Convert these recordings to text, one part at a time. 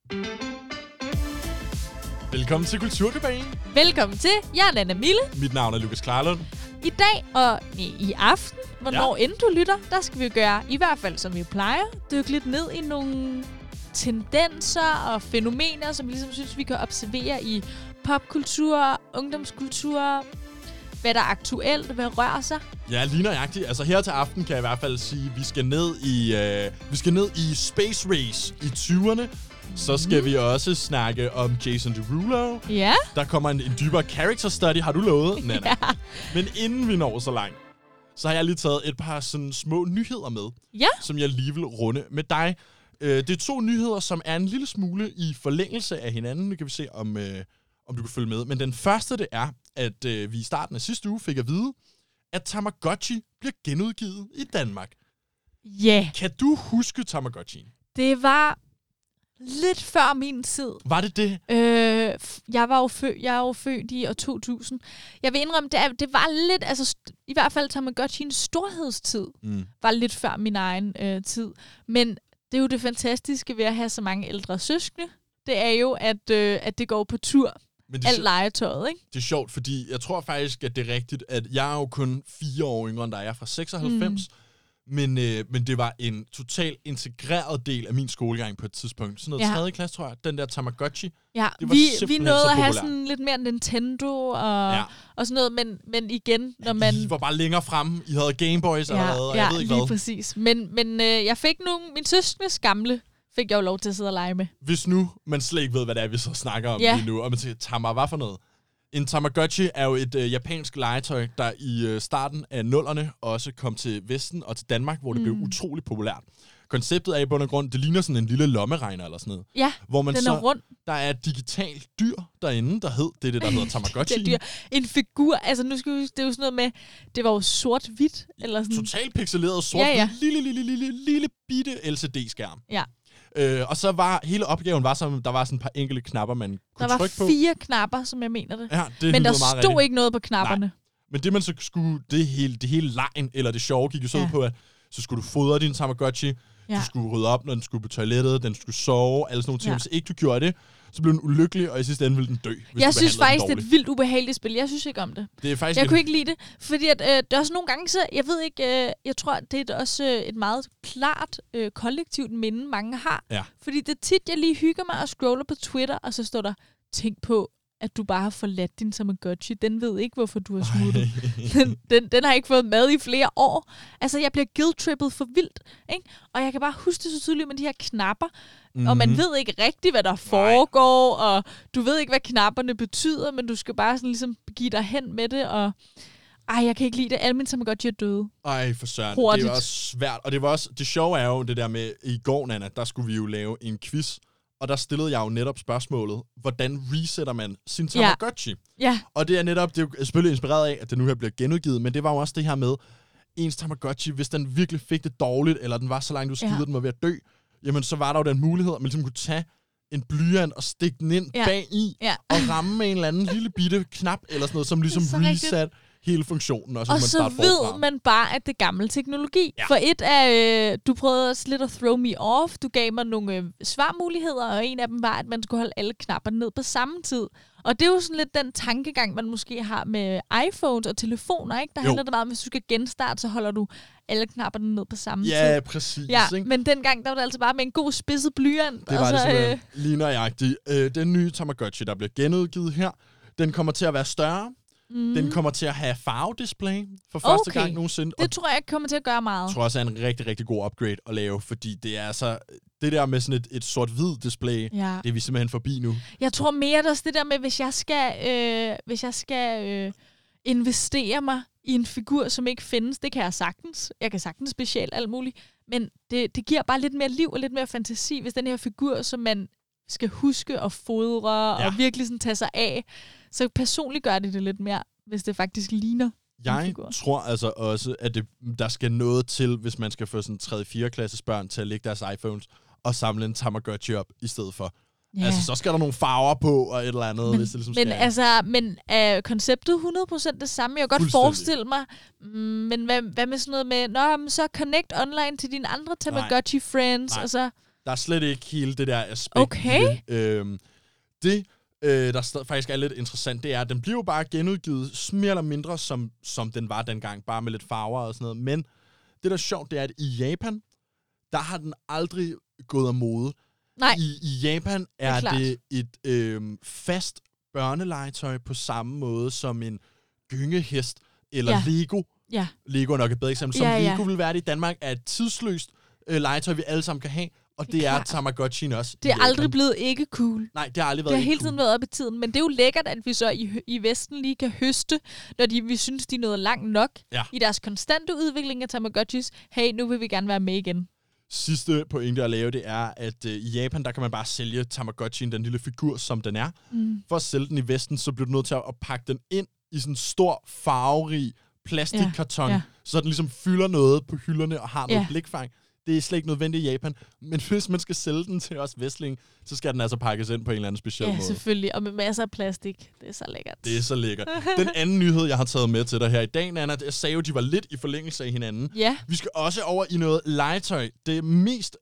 Velkommen til Kulturkabalen. Velkommen til. Jeg er Nana Mille. Mit navn er Lukas Klarlund. I dag og i aften, hvornår end du lytter, der skal vi gøre, i hvert fald som vi plejer, dykke lidt ned i nogle tendenser og fænomener, som vi ligesom synes, vi kan observere i popkultur, ungdomskultur, hvad der er aktuelt, hvad rører sig. Ja, lige nøjagtigt. Altså her til aften kan jeg i hvert fald sige, at vi skal ned i Space Race i 20'erne. Så skal vi også snakke om Jason Derulo. Ja. Der kommer en dybere character study, har du lovet, Nana. Ja. Men inden vi når så langt, så har jeg lige taget et par sådan små nyheder med, som jeg lige vil runde med dig. Det er 2 nyheder, som er en lille smule i forlængelse af hinanden. Nu kan vi se, om du kan følge med. Men den første, det er, at vi i starten af sidste uge fik at vide, at Tamagotchi bliver genudgivet i Danmark. Ja. Yeah. Kan du huske Tamagotchi? Det var lidt før min tid. Var det det? Jeg er jo født i år 2000. Jeg vil indrømme, det var lidt, altså i hvert fald Tamagotchiens storhedstid var lidt før min egen tid. Men det er jo det fantastiske ved at have så mange ældre søskende. Det er jo, at det går på tur. Alt legetøjet, ikke? Det er sjovt, fordi jeg tror faktisk, at det er rigtigt, at jeg er jo kun 4 år yngre end dig. Jeg er fra 96. Men det var en total integreret del af min skolegang på et tidspunkt. Sådan noget 3. klasse, tror jeg. Den der Tamagotchi. Ja, det var vi nåede at have sådan lidt mere Nintendo og sådan noget, men igen, når man... I var bare længere fremme. I havde Gameboys allerede, og jeg ved ikke lige præcis. Men jeg fik min søskendes gamle fik jeg jo lov til at sidde og lege med. Hvis nu man slet ikke ved, hvad det er, vi så snakker om lige nu, og man siger, hvad for noget? En Tamagotchi er jo et japansk legetøj, der i starten af 00'erne også kom til Vesten og til Danmark, hvor det blev utrolig populært. Konceptet er i bund og grund, det ligner sådan en lille lommeregner eller sådan noget. Ja, hvor man den er rund. Der er et digitalt dyr derinde, der hedder Tamagotchi. Det er en figur, altså nu skal vi huske, det er jo sådan noget med, det var jo sort-hvidt. Eller sådan. Totalt pixeleret sort-hvidt, lille bitte LCD-skærm. Ja. Og så var hele opgaven der var sådan et par enkelte knapper, man kunne trykke på. Der var 4 knapper, som jeg mener det. Ja, men der stod ikke noget på knapperne. Nej. Men det man så skulle, det hele lejen, eller det sjove, gik jo så ud på, at så skulle du fodre din Tamagotchi, du skulle rydde op, når den skulle på toilettet, den skulle sove, alle sådan nogle ting. Hvis ikke du gjorde det, så blev den ulykkelig, og i sidste ende ville den dø. Jeg synes faktisk, det er et vildt ubehageligt spil. Jeg synes ikke om det. Det er faktisk jeg kunne ikke lide det, fordi at, det er også nogle gange, så jeg ved ikke, jeg tror, det er også et meget klart kollektivt minde, mange har. Ja. Fordi det er tit, jeg lige hygger mig og scroller på Twitter, og så står der, tænk på, at du bare har forladt din Tamagotchi. Den ved ikke, hvorfor du har smuttet. Den har ikke fået mad i flere år. Altså, jeg bliver guilt-trippet for vildt. Ikke? Og jeg kan bare huske det så tydeligt med de her knapper. Og man ved ikke rigtigt, hvad der foregår. Og du ved ikke, hvad knapperne betyder, men du skal bare sådan ligesom give dig hen med det. Og jeg kan ikke lide det. Alle mine Tamagotchi er døde. For søren. Det var også svært. Og det var også, det sjove er jo det der med, i går, Nana, der skulle vi jo lave en quiz. Og der stillede jeg jo netop spørgsmålet, hvordan resetter man sin Tamagotchi? Ja. Og det er netop, det er jo selvfølgelig inspireret af, at det nu her bliver genudgivet, men det var jo også det her med, ens Tamagotchi, hvis den virkelig fik det dårligt, eller den var så langt udskidet, den var ved at dø, jamen så var der jo den mulighed, at man ligesom kunne tage en blyant og stikke den ind bag i, og ramme med en eller anden lille bitte knap, eller sådan noget, som ligesom reset hele funktionen. Og så ved man bare, at det er gammel teknologi. Ja. For et af, du prøvede også lidt at throw me off. Du gav mig nogle svarmuligheder, og en af dem var, at man skulle holde alle knapper ned på samme tid. Og det er jo sådan lidt den tankegang, man måske har med iPhones og telefoner, ikke? Der handler det meget om, hvis du skal genstarte, så holder du alle knapperne ned på samme tid. Ja, præcis. Ja, ikke? Men dengang, der var det altså bare med en god spidset blyant. Det var det simpelthen lige nøjagtigt. Den nye Tamagotchi, der bliver genudgivet her, den kommer til at være større. Den kommer til at have farvedisplay for første gang nogensinde. Det tror jeg kommer til at gøre meget. Jeg tror også, er en rigtig, rigtig god upgrade at lave, fordi det er altså det der med sådan et sort-hvid display, det er vi simpelthen forbi nu. Jeg tror mere, der er det der med, hvis jeg skal investere mig i en figur, som ikke findes, det kan jeg sagtens. Jeg kan sagtens specielt alt muligt, men det giver bare lidt mere liv og lidt mere fantasi, hvis den her figur, som man skal huske og fodre og virkelig sådan tage sig af, så personligt gør det lidt mere, hvis det faktisk ligner. Jeg tror altså også, at der skal noget til, hvis man skal få sådan 3.-4. klasses børn til at lægge deres iPhones og samle en Tamagotchi op i stedet for. Yeah. Altså, så skal der nogle farver på og et eller andet, hvis det ligesom skal. Men er konceptet 100% det samme? Jeg kan godt forestille mig, men hvad med sådan noget med, så connect online til dine andre Tamagotchi-friends, og så... Der er slet ikke hele det der aspekt i det. Der faktisk er lidt interessant, det er, at den bliver jo bare genudgivet mere eller mindre, som den var dengang, bare med lidt farver og sådan noget. Men det, der er sjovt, det er, at i Japan, der har den aldrig gået af mode. Nej. I Japan er det et fast børnelegetøj på samme måde som en gyngehest eller Lego. Ja. Lego er nok et bedre eksempel. Som Lego vil være det i Danmark, er et tidsløst legetøj, vi alle sammen kan have. Og det er Tamagotchien også. Det er aldrig blevet ikke cool. Nej, det har aldrig været det har hele tiden været op i tiden. Men det er jo lækkert, at vi så i Vesten lige kan høste, når vi synes, de er nået langt nok i deres konstante udvikling af Tamagotchis. Hey, nu vil vi gerne være med igen. Sidste pointe at lave, det er, at i Japan, der kan man bare sælge Tamagotchien, den lille figur, som den er. For at sælge den i Vesten, så bliver du nødt til at pakke den ind i sådan en stor, farverig plastikkarton, så den ligesom fylder noget på hylderne og har noget blikfang. Det er slet ikke nødvendigt i Japan, men hvis man skal sælge den til os vestling, så skal den altså pakkes ind på en eller anden speciel måde. Ja, selvfølgelig, og med masser af plastik. Det er så lækkert. Det er så lækkert. Den anden nyhed, jeg har taget med til dig her i dag, Nana, jeg sagde jo, de var lidt i forlængelse af hinanden. Ja. Vi skal også over i noget legetøj. Det mest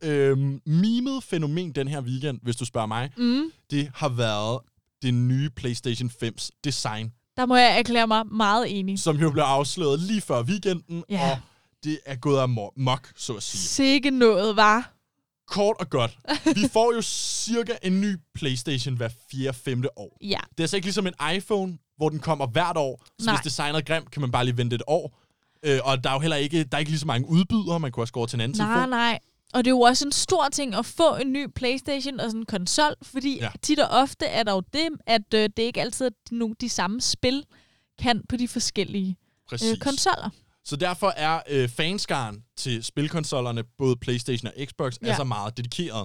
memede fænomen den her weekend, hvis du spørger mig, det har været det nye PlayStation 5's design. Der må jeg erklære mig meget enig. Som jo blev afsløret lige før weekenden, og det er gået amok, så at sige. Sikke noget, var. Kort og godt. Vi får jo cirka en ny PlayStation hver 4-5. år. Ja. Det er altså ikke ligesom en iPhone, hvor den kommer hvert år. Så hvis designet er grimt, kan man bare lige vente et år. Og der er jo heller ikke, lige så mange udbydere. Man kunne også gå over til en anden telefon. Nej. Og det er jo også en stor ting at få en ny PlayStation og sådan en konsol, fordi tit og ofte er der jo det, at det ikke altid er de samme spil kan på de forskellige konsoller. Så derfor er fanskaren til spilkonsollerne, både PlayStation og Xbox, altså meget dedikeret.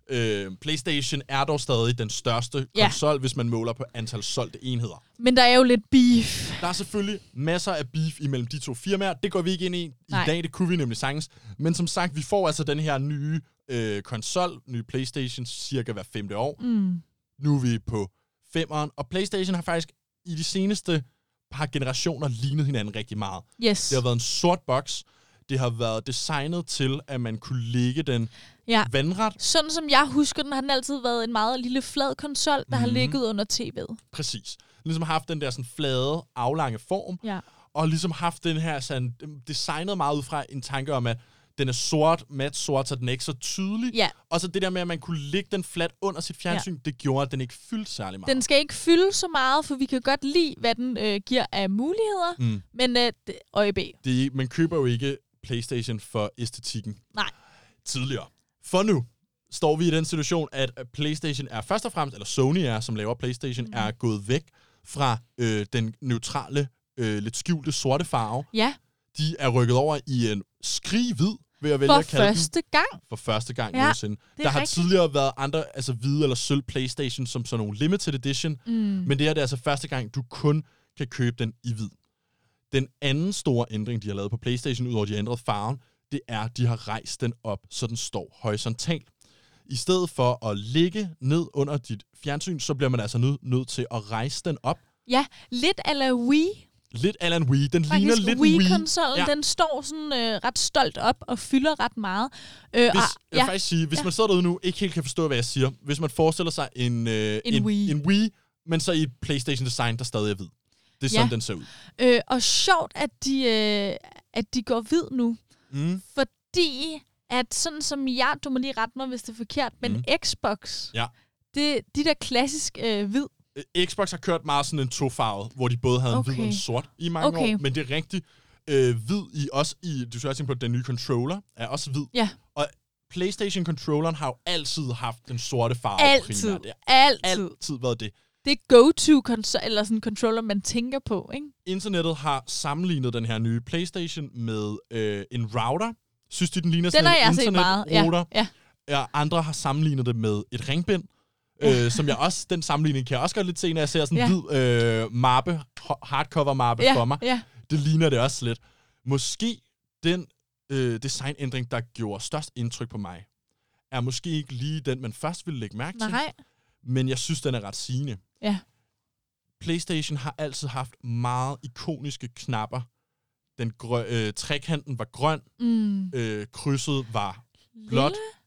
PlayStation er dog stadig den største konsol, hvis man måler på antal solgte enheder. Men der er jo lidt beef. Der er selvfølgelig masser af beef imellem de to firmaer. Det går vi ikke ind i dag, det kunne vi nemlig sagtens. Men som sagt, vi får altså den her nye konsol, nye PlayStation, cirka hver 5. år. Nu er vi på 5'eren, og PlayStation har faktisk i de seneste par generationer lignet hinanden rigtig meget. Yes. Det har været en sort boks. Det har været designet til, at man kunne lægge den vandret. Sådan som jeg husker den, har den altid været en meget lille flad konsol, der har ligget under tv'et. Præcis. Ligesom haft den der sådan flade, aflange form. Ja. Og ligesom haft den her sådan, designet meget ud fra en tanke om, at den er sort, mat sort, så den er ikke så tydelig. Ja. Og så det der med, at man kunne lægge den flat under sit fjernsyn, det gjorde, at den ikke fyldte særlig meget. Den skal ikke fylde så meget, for vi kan godt lide, hvad den giver af muligheder. Men øjeb. Man køber jo ikke PlayStation for æstetikken. Nej. Tidligere. For nu står vi i den situation, at PlayStation er først og fremmest, eller Sony er, som laver PlayStation, er gået væk fra den neutrale, lidt skjulte sorte farve. Ja. De er rykket over i en skrighvid, vil jeg vælge at kalde den. For første gang nogensinde. Der har tidligere været andre, altså hvide eller sølv PlayStation, som sådan nogle limited edition. Men det her det er altså første gang, du kun kan købe den i hvid. Den anden store ændring, de har lavet på PlayStation, udover de har ændret farven, det er, at de har rejst den op, så den står horisontalt. I stedet for at ligge ned under dit fjernsyn, så bliver man altså nødt til at rejse den op. Ja, lidt a la Wii. Lidt a la Wii. Den faktisk ligner lidt Wii. Wii-konsollen, den står sådan ret stolt op og fylder ret meget. Jeg vil faktisk sige, hvis man sidder derude nu, ikke helt kan forstå, hvad jeg siger. Hvis man forestiller sig en Wii, men så i et PlayStation-design, der stadig er hvid. Det er sådan, den ser ud. Og sjovt, at de går hvid nu. Fordi at sådan som du må lige rette mig, hvis det er forkert, men Xbox, de der klassisk hvid. Xbox har kørt meget sådan en tofarvet, hvor de både havde en hvid og en sort i mange år, men det er rigtigt hvid du skal også tænke på, at den nye controller er også hvid. Ja. Og PlayStation-controlleren har jo altid haft den sorte farve. Altid været det. Det er go-to eller sådan controller, man tænker på, ikke? Internettet har sammenlignet den her nye PlayStation med en router. Synes de, den ligner sådan en internet-router? Ja. Andre har sammenlignet det med et ringbind. Som jeg også, den sammenligning kan jeg også godt lidt se, når jeg ser sådan en hvid mappe, hardcover-mappe for mig. Ja. Det ligner det også lidt. Måske den designændring, der gjorde størst indtryk på mig, er måske ikke lige den, man først ville lægge mærke til. Men jeg synes, den er ret sigende. Ja. PlayStation har altid haft meget ikoniske knapper. Trekanten var grøn, krydset var blåt.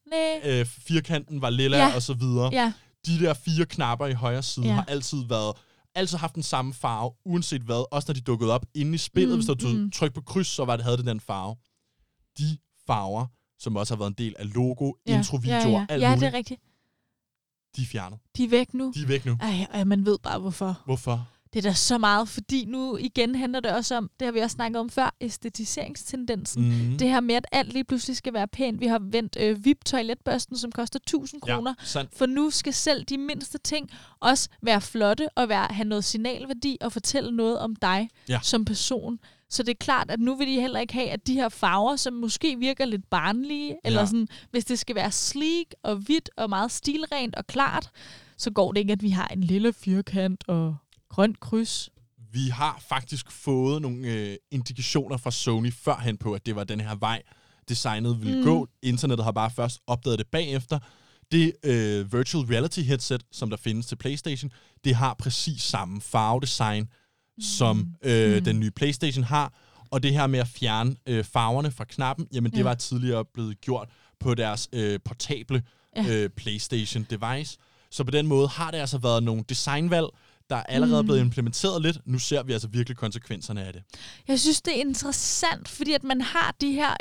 firkanten var lilla og så videre. Ja. De der 4 knapper i højre side har altid haft den samme farve, uanset hvad. Også når de dukkede op inde i spillet, hvis du tryk på kryds, så havde det den farve. De farver, som også har været en del af logo, introvideoer, alt muligt. Ja, det er rigtigt. De er fjernet. De er væk nu. Ej, man ved bare hvorfor. Hvorfor? Det er da så meget, fordi nu igen handler det også om, det har vi også snakket om før, æstetiseringstendensen. Det her med, at alt lige pludselig skal være pænt. Vi har vendt VIP-toiletbørsten, som koster 1.000 kroner. For nu skal selv de mindste ting også være flotte og have noget signalværdi og fortælle noget om dig som person. Så det er klart, at nu vil de heller ikke have, at de her farver, som måske virker lidt barnlige, eller sådan, hvis det skal være sleek og hvidt og meget stilrent og klart, så går det ikke, at vi har en lille firkant og grønt kryds. Vi har faktisk fået nogle indikationer fra Sony førhen på, at det var den her vej, designet ville gå. Internettet har bare først opdaget det bagefter. Det virtual reality headset, som der findes til PlayStation, det har præcis samme farvedesign, som den nye PlayStation har. Og det her med at fjerne farverne fra knappen, jamen det var tidligere blevet gjort på deres portable PlayStation device. Så på den måde har det altså været nogle designvalg, der er allerede blevet implementeret lidt. Nu ser vi altså virkelig konsekvenserne af det. Jeg synes, det er interessant, fordi at man har de her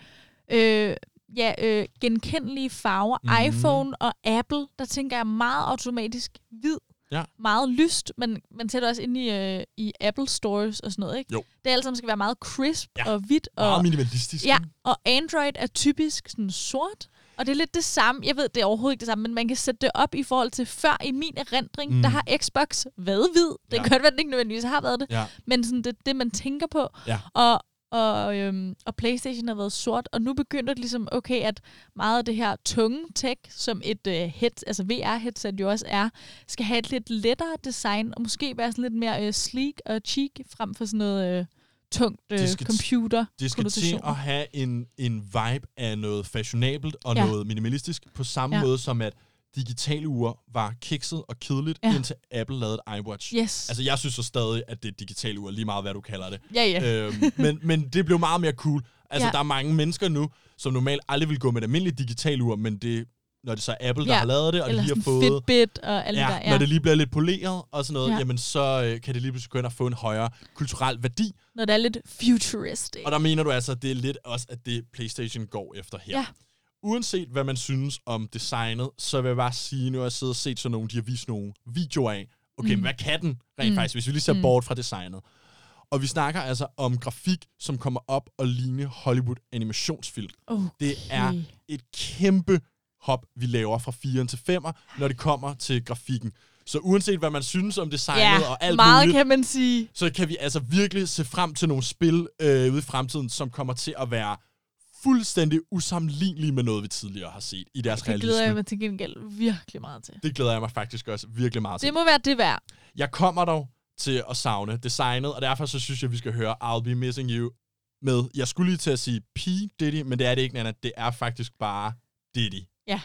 genkendelige farver. iPhone og Apple, der tænker jeg meget automatisk hvid. Ja. Meget lyst, men man ser det også inde i Apple Stores og sådan noget, ikke? Jo. Det alt sammen skal være meget crisp og hvidt. Og meget minimalistisk. Ja, og Android er typisk sådan sort. Og det er lidt det samme. Jeg ved, det er overhovedet ikke det samme, men man kan sætte det op i forhold til før i min erindring. Der har Xbox været hvid. Det kan godt være, at det ikke nødvendigvis har været det. Ja. Men sådan, det er det, man tænker på. Ja. Og PlayStation har været sort, og nu begynder det ligesom, okay, at meget af det her tunge tech, som et VR-headset jo også er, skal have et lidt lettere design, og måske være sådan lidt mere sleek og cheek, frem for sådan noget tungt computer. Det skal til at have en vibe af noget fashionabelt og noget minimalistisk, på samme måde som at digitale ure var kikset og kedeligt, indtil Apple lavede et iWatch. Yes. Altså, jeg synes så stadig, at det er digitale ure, lige meget hvad du kalder det. Ja. Men det blev meget mere cool. Altså, der er mange mennesker nu, som normalt aldrig vil gå med et almindeligt digitale ur, men det, når det så er Apple, der har lavet det, og eller de lige har fået Fitbit og alle der. Ja. Når det lige bliver lidt poleret og sådan noget, jamen så kan det lige pludselig gå ind og få en højere kulturel værdi. Når det er lidt futuristic. Og der mener du altså, at det er lidt også, at det PlayStation går efter her. Ja. Uanset hvad man synes om designet, så vil jeg bare sige, nu har jeg siddet og set sådan nogle, de har vist nogle videoer af, okay, men hvad kan den rent faktisk, hvis vi lige ser bort fra designet? Og vi snakker altså om grafik, som kommer op og ligner Hollywood animationsfilm. Okay. Det er et kæmpe hop, vi laver fra 4'eren til 5'er, når det kommer til grafikken. Så uanset hvad man synes om designet og alt meget muligt, kan man sige, så kan vi altså virkelig se frem til nogle spil ude i fremtiden, som kommer til at være fuldstændig usammenlignelige med noget, vi tidligere har set i deres realisme. Det glæder jeg mig til gengæld virkelig meget til. Det glæder jeg mig faktisk også virkelig meget til. Det må være det værd. Jeg kommer dog til at savne designet, og derfor så synes jeg, vi skal høre I'll Be Missing You med, jeg skulle lige til at sige P. Diddy, men det er det ikke, Nana. Det er faktisk bare Diddy. Ja.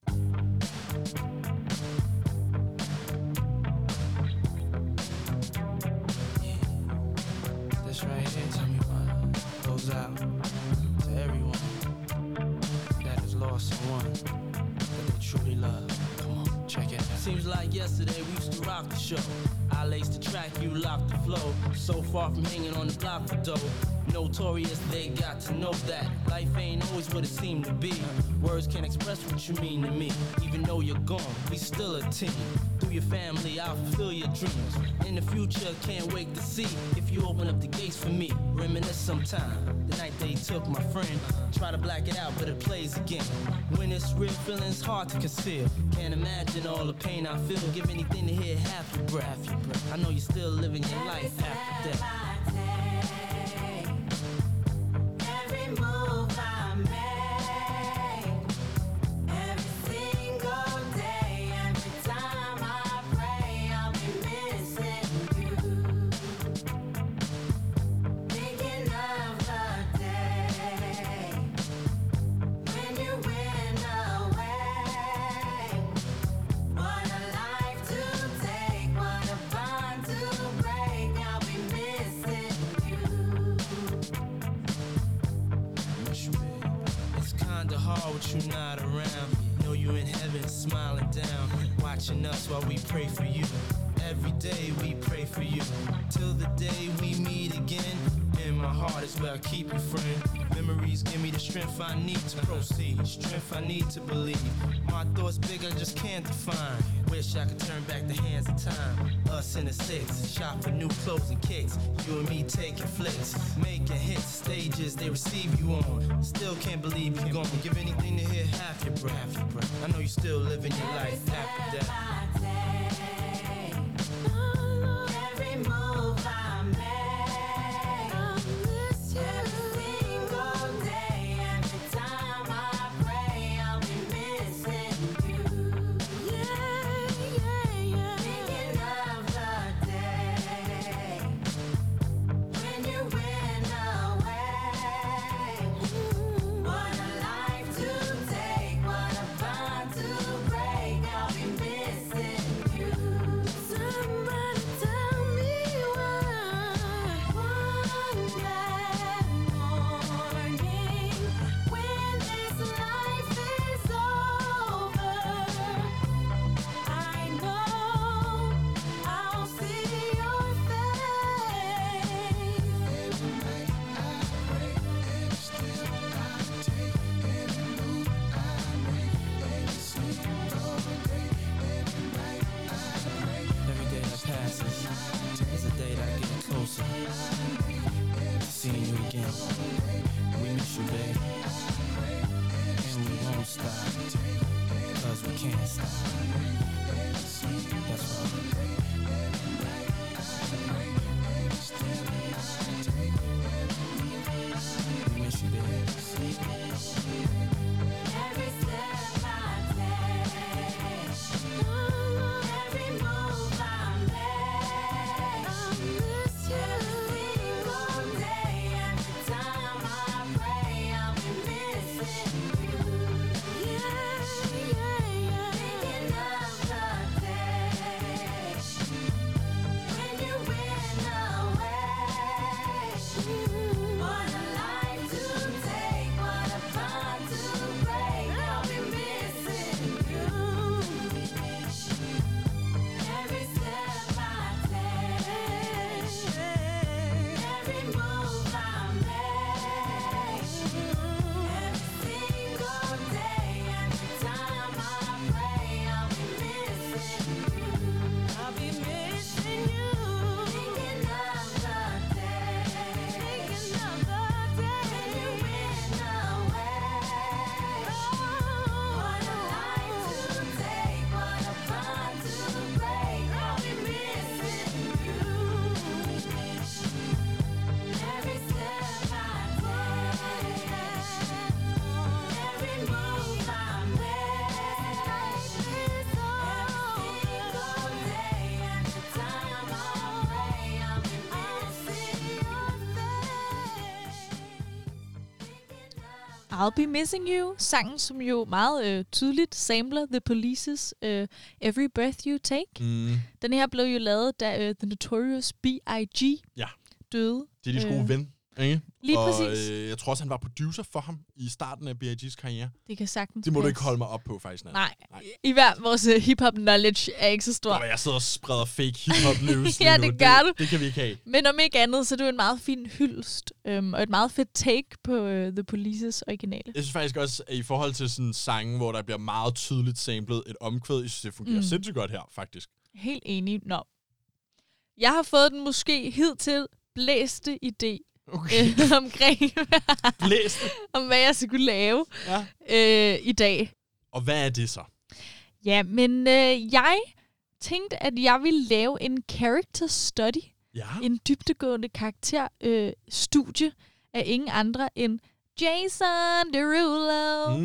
This right here, tell me what goes out to everyone that has lost someone that they truly love. Come on, check it out. Seems like yesterday we used to rock the show. I laced the track, you locked the flow. So far from hanging on the block for dough. Notorious, they got to know that life ain't always what it seemed to be. Words can't express what you mean to me. Even though you're gone, we still a team. Through your family, I'll fulfill your dreams. In the future, can't wait to see if you open up the gates for me. Reminisce sometime, the night they took my friend. Try to black it out, but it plays again. When it's real, feeling's hard to conceal. Can't imagine all the pain I feel. Give anything to hear half your breath. I know you're still living your life after death. What a bond to break. I'll be missing you. watching us while we pray for you. Every day we pray for you, till the day we meet again. In my heart is where I keep you, friend. Memories give me the strength I need to proceed, strength I need to believe. My thoughts big, I just can't define. Wish I could turn back the hands of time. Us in the six, shop for new clothes and kicks. You and me taking flicks, making hits, stages they receive you on. Still can't believe you're gone. Give anything to hear half your breath. I know you still living your life after death. Seeing you again, we miss you, babe, and we won't stop, cause we can't stop. That's right. We miss you, babe. Every step I take, every move I make, I miss you. I'll Be Missing You, sangen, som jo meget tydeligt sampler The Police's Every Breath You Take. Den her blev jo lavet, da The Notorious B.I.G. døde. Det er de gode ven, ikke? Lige og, præcis. Jeg tror også, han var producer for ham i starten af B.I.G.'s karriere. Det kan sagtens Det må du ikke holde mig op på, faktisk. Nej. I hvert vores hip-hop knowledge er ikke så stor. Jeg sidder og spreder fake hip-hop news ja, det gør du. Det kan vi ikke have. Men om ikke andet, så er det jo en meget fin hyldest, og et meget fedt take på The Police's originale. Jeg synes faktisk også, at i forhold til sådan sange, hvor der bliver meget tydeligt samlet et omkvæd, jeg synes, det fungerer sindssygt godt her, faktisk. Helt enig. Nå. Jeg har fået den måske hidtil blæste idé. Okay. Omkring om hvad jeg skulle lave i dag. Og hvad er det så? Ja, men jeg tænkte, at jeg ville lave en character study. Ja. En dybdegående karakterstudie af ingen andre end Jason Derulo.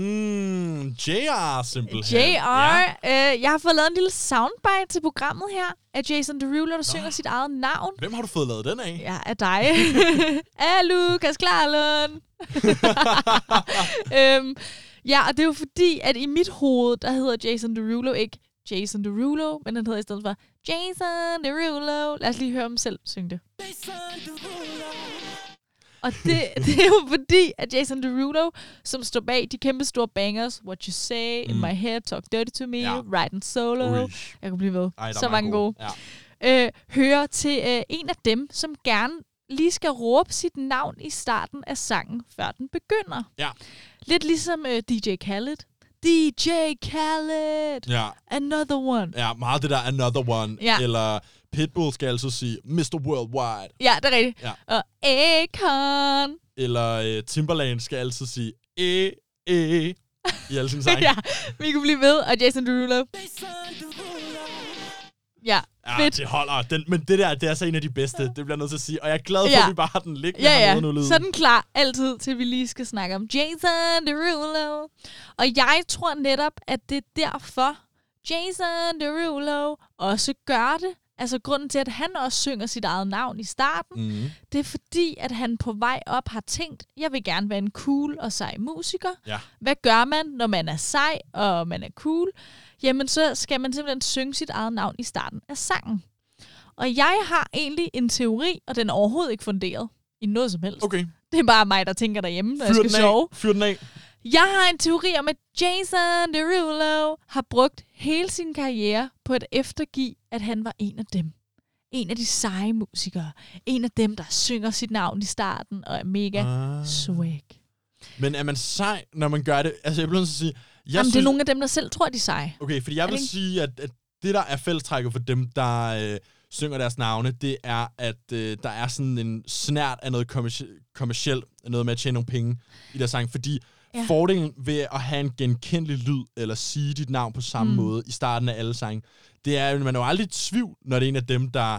JR simpelthen. JR. Jeg har fået lavet en lille soundbite til programmet her af Jason Derulo, der synger sit eget navn. Hvem har du fået lavet den af? Ja, af dig. Af Lukas Klarlund. Ja, og det er jo fordi, at i mit hoved, der hedder Jason Derulo ikke Jason Derulo, men den hedder i stedet for Jason Derulo. Lad os lige høre ham selv synge det. Og det er jo fordi, at Jason Derulo, som står bag de kæmpe store bangers, What You Say, In My Head, Talk Dirty To Me, Riding Solo, jeg kan blive ved, så mange gode, hører til en af dem, som gerne lige skal råbe sit navn i starten af sangen, før den begynder. Ja. Lidt ligesom DJ Khaled. DJ Khaled! Ja. Another one. Ja, meget det der Another one. Ja. Eller Pitbull skal altså sige Mr. Worldwide. Ja, det er rigtigt. Ja. Og Akon. Eller Timbaland skal altid sige i alle sine sange. Ja, vi kunne blive ved. Og Jason Derulo. Ja, fedt. Det holder. Men det der, det er så en af de bedste. Det bliver jeg nødt til at sige. Og jeg er glad for, at vi bare har den liggende hernede nu. Så er den klar altid, til vi lige skal snakke om Jason Derulo. Og jeg tror netop, at det er derfor, Jason Derulo også gør det. Altså grunden til, at han også synger sit eget navn i starten, det er fordi, at han på vej op har tænkt, jeg vil gerne være en cool og sej musiker. Ja. Hvad gør man, når man er sej og man er cool? Jamen, så skal man simpelthen synge sit eget navn i starten af sangen. Og jeg har egentlig en teori, og den er overhovedet ikke funderet i noget som helst. Okay. Det er bare mig, der tænker derhjemme, når jeg skal sove. Fyr den af. Jeg har en teori om, at Jason Derulo har brugt hele sin karriere på at eftergive, at han var en af dem. En af de seje musikere. En af dem, der synger sit navn i starten og er mega swag. Men er man sej, når man gør det? Altså, jeg bliver nødt til at sige... Jamen, det er nogle af dem, der selv tror, de er seje. Okay, fordi jeg vil sige, at det, der er fællestrækket for dem, der synger deres navne, det er, at der er sådan en snært af noget kommercielt, noget med at tjene nogle penge i deres sang, fordi fordelen ved at have en genkendelig lyd, eller sige dit navn på samme måde i starten af alle sange, det er, at man er jo aldrig i tvivl, når det er en af dem, der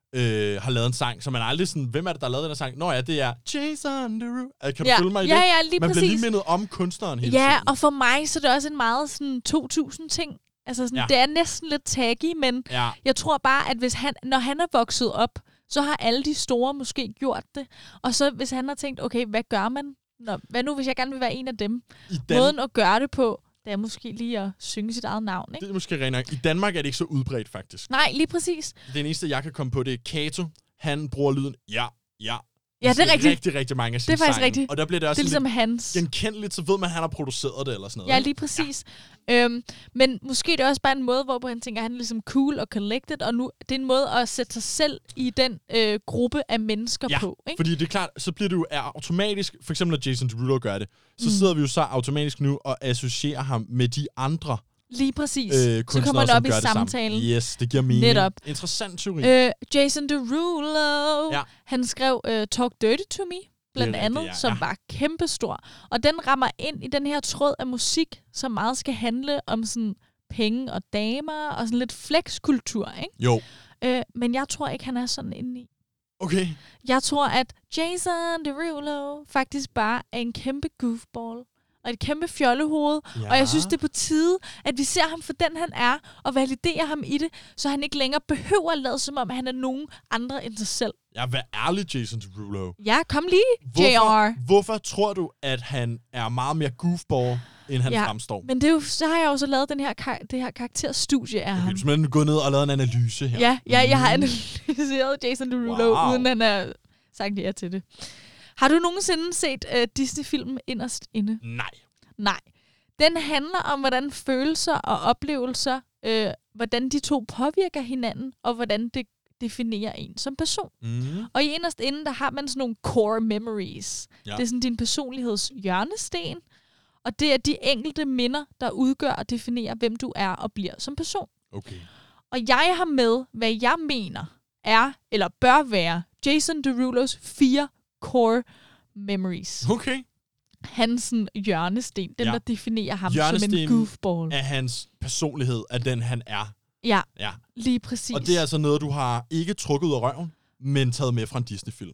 har lavet en sang, så man er aldrig sådan, hvem er det, der har lavet den her sang? Nå ja, det er Jason Derulo. Kan du følge mig i det? Ja, lige man præcis. bliver lige mindet om kunstneren hele tiden. Ja, og for mig, så er det også en meget sådan 2000-ting. Altså sådan, det er næsten lidt taggy, men jeg tror bare, at når han er vokset op, så har alle de store måske gjort det. Og så hvis han har tænkt, okay, hvad gør man? Hvad nu, hvis jeg gerne vil være en af dem? Måden at gøre det på, det er måske lige at synge sit eget navn, ikke? Det er måske rent nok. I Danmark er det ikke så udbredt, faktisk. Nej, lige præcis. Det eneste, jeg kan komme på, det er Kato. Han bruger lyden ja. Ja, det er rigtigt. Rigtig mange af sine sange. Det er faktisk sange. rigtigt. Og der bliver det også det er ligesom hans. Genkendeligt, så ved man, at han har produceret det eller sådan noget. Ja, lige præcis. Ja. Men måske det er også bare en måde, hvor han tænker, at han er ligesom cool og collected, og nu det er en måde at sætte sig selv i den gruppe af mennesker på. Ikke? Fordi det er klart, så bliver det jo automatisk, for eksempel når Jason Derulo gør det, så sidder vi jo så automatisk nu og associerer ham med de andre. Lige præcis. Så kommer det op i samtalen. Yes, det giver mening. Netop. Interessant teori. Jason Derulo, han skrev Talk Dirty To Me, blandt andet, som var kæmpestor. Og den rammer ind i den her tråd af musik, som meget skal handle om sådan penge og damer, og sådan lidt flexkultur, ikke? Jo. Men jeg tror ikke, han er sådan inde i. Okay. Jeg tror, at Jason Derulo faktisk bare er en kæmpe goofball. Og et kæmpe fjollehoved. Ja. Og jeg synes, det er på tide, at vi ser ham for den, han er, og validerer ham i det, så han ikke længere behøver at lade, som om han er nogen andre end sig selv. Ja, vær ærlig, Jason Derulo. Ja, kom lige, JR. Hvorfor tror du, at han er meget mere goofball, end han fremstår? Men det er jo, så har jeg jo så lavet det her karakterstudie af ham. Du har simpelthen gået ned og lavet en analyse her. Ja, jeg har analyseret Jason Derulo, uden han har sagt ja til det. Har du nogensinde set Disney-filmen Inderst Inde? Nej. Den handler om, hvordan følelser og oplevelser, hvordan de to påvirker hinanden, og hvordan det definerer en som person. Og i Inderst Inde, der har man sådan nogle core memories. Ja. Det er sådan din personligheds hjørnesten, og det er de enkelte minder, der udgør og definerer, hvem du er og bliver som person. Okay. Og jeg har med, hvad jeg mener er, eller bør være, Jason Derulos 4 core memories. Okay. Hans hjørnesten, den der definerer ham som en goofball. Af hans personlighed, af den han er. Ja, lige præcis. Og det er altså noget, du har ikke trukket ud af røven, men taget med fra en Disney-film.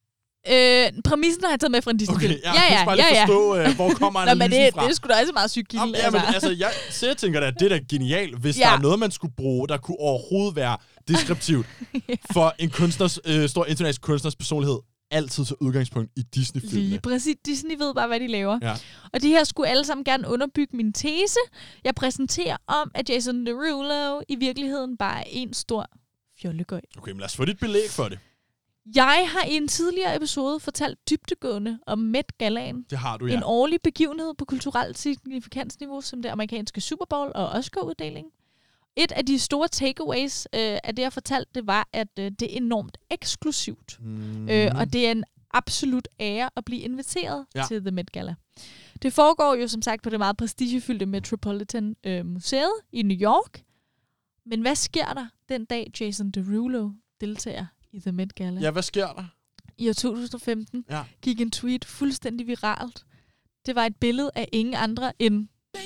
Præmissen har jeg taget med fra en Disney-film. Okay, jeg bare lige forstå, hvor kommer analysen fra. Det er sgu da også meget sygt gildt. Jeg tænker da, at det er da genialt, hvis der er noget, man skulle bruge, der kunne overhovedet være deskriptivt for en stor international kunstners personlighed. Altid til udgangspunkt i Disney-filmene. Lige præcis. Disney ved bare, hvad de laver. Ja. Og de her skulle alle sammen gerne underbygge min tese. Jeg præsenterer om, at Jason Derulo i virkeligheden bare er en stor fjollegøj. Okay, men lad os få dit belæg for det. Jeg har i en tidligere episode fortalt dybdegående om Met Galaen. Det har du, ja. En årlig begivenhed på kulturelt signifikansniveau, som det amerikanske Super Bowl og Oscar-uddeling. Et af de store takeaways af det, jeg fortalte, det var, at det er enormt eksklusivt. Og det er en absolut ære at blive inviteret til The Met Gala. Det foregår jo som sagt på det meget prestigefyldte Metropolitan Museet i New York. Men hvad sker der den dag Jason Derulo deltager i The Met Gala? Ja, hvad sker der? I år 2015 gik en tweet fuldstændig viralt. Det var et billede af ingen andre end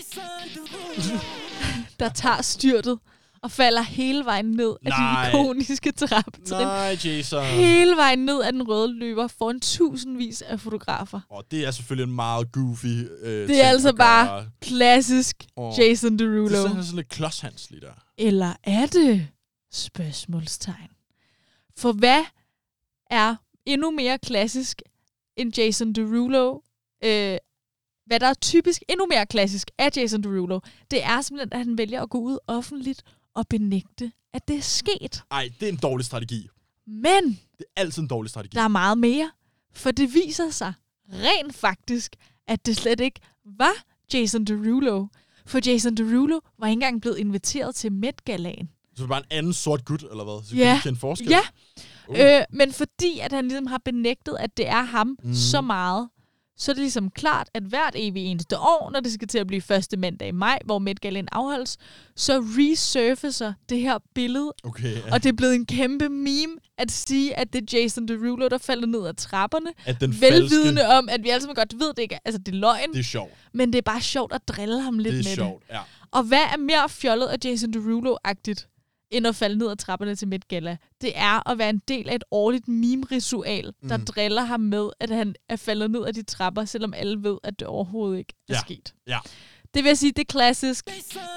der tager styrtet og falder hele vejen ned af de ikoniske trappetrin. Nej, Jason. Hele vejen ned af den røde løber foran tusindvis af fotografer. Det er selvfølgelig en meget goofy det er altså bare klassisk Jason Derulo. Det er sådan lidt klodshandsligt der. Eller er det? Spørgsmålstegn. For hvad er endnu mere klassisk end Jason Derulo? Hvad der er typisk endnu mere klassisk af Jason Derulo, det er simpelthen, at han vælger at gå ud offentligt og benægte, at det er sket. Ej, det er en dårlig strategi. Men det er altid en dårlig strategi. Der er meget mere, for det viser sig rent faktisk, at det slet ikke var Jason Derulo. For Jason Derulo var ikke engang blevet inviteret til Met Galaen. Så det var bare en anden sort gut, eller hvad? Så kan kende forskel? Ja, men fordi at han ligesom har benægtet, at det er ham så meget, så er det ligesom klart, at hvert evig eneste år, når det skal til at blive første mandag i maj, hvor Met Galaen afholdes, så resurfacer det her billede. Okay, ja. Og det er blevet en kæmpe meme at sige, at det er Jason Derulo, der falder ned ad trapperne. At den velvidende om, at vi alle sammen godt ved, det ikke er, altså det er løgn. Det er sjovt. Men det er bare sjovt at drille ham lidt med det. Det er sjovt, ja. Og hvad er mere fjollet af Jason Derulo-agtigt, end at falde ned ad trapperne til Met Gala? Det er at være en del af et årligt meme-ritual, der driller ham med, at han er faldet ned ad de trapper, selvom alle ved, at det overhovedet ikke er sket. Ja. Det vil jeg sige, det er klassisk.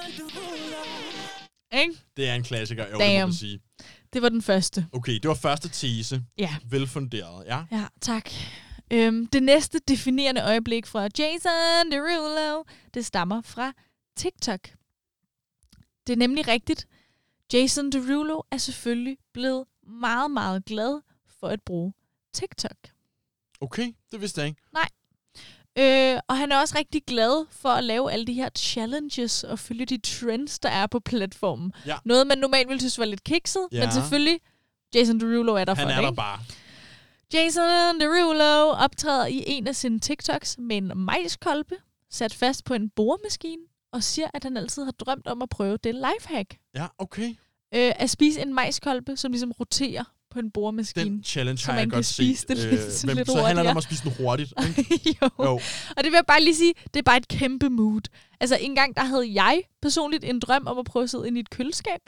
Ikke? Det er en klassiker, det må man sige. Det var den første. Okay, det var første tese. Ja. Velfunderet, ja. Ja, tak. Det næste definerende øjeblik fra Jason Derulo, det stammer fra TikTok. Det er nemlig rigtigt. Jason Derulo er selvfølgelig blevet meget, meget glad for at bruge TikTok. Okay, det vidste jeg ikke. Nej. Og han er også rigtig glad for at lave alle de her challenges og følge de trends, der er på platformen. Ja. Noget, man normalt ville synes var lidt kikset, men selvfølgelig, Jason Derulo er der for det. Han er der bare. Jason Derulo optræder i en af sine TikToks med en majskolbe, sat fast på en boremaskine, og siger, at han altid har drømt om at prøve det lifehack. Ja, okay. At spise en majskolbe, som ligesom roterer på en boremaskine. Den challenge har jeg godt set. Så handler det om at spise den hurtigt, ikke? jo. Og det vil jeg bare lige sige, det er bare et kæmpe mood. Altså, en gang der havde jeg personligt en drøm om at prøve at sidde ind i et køleskab.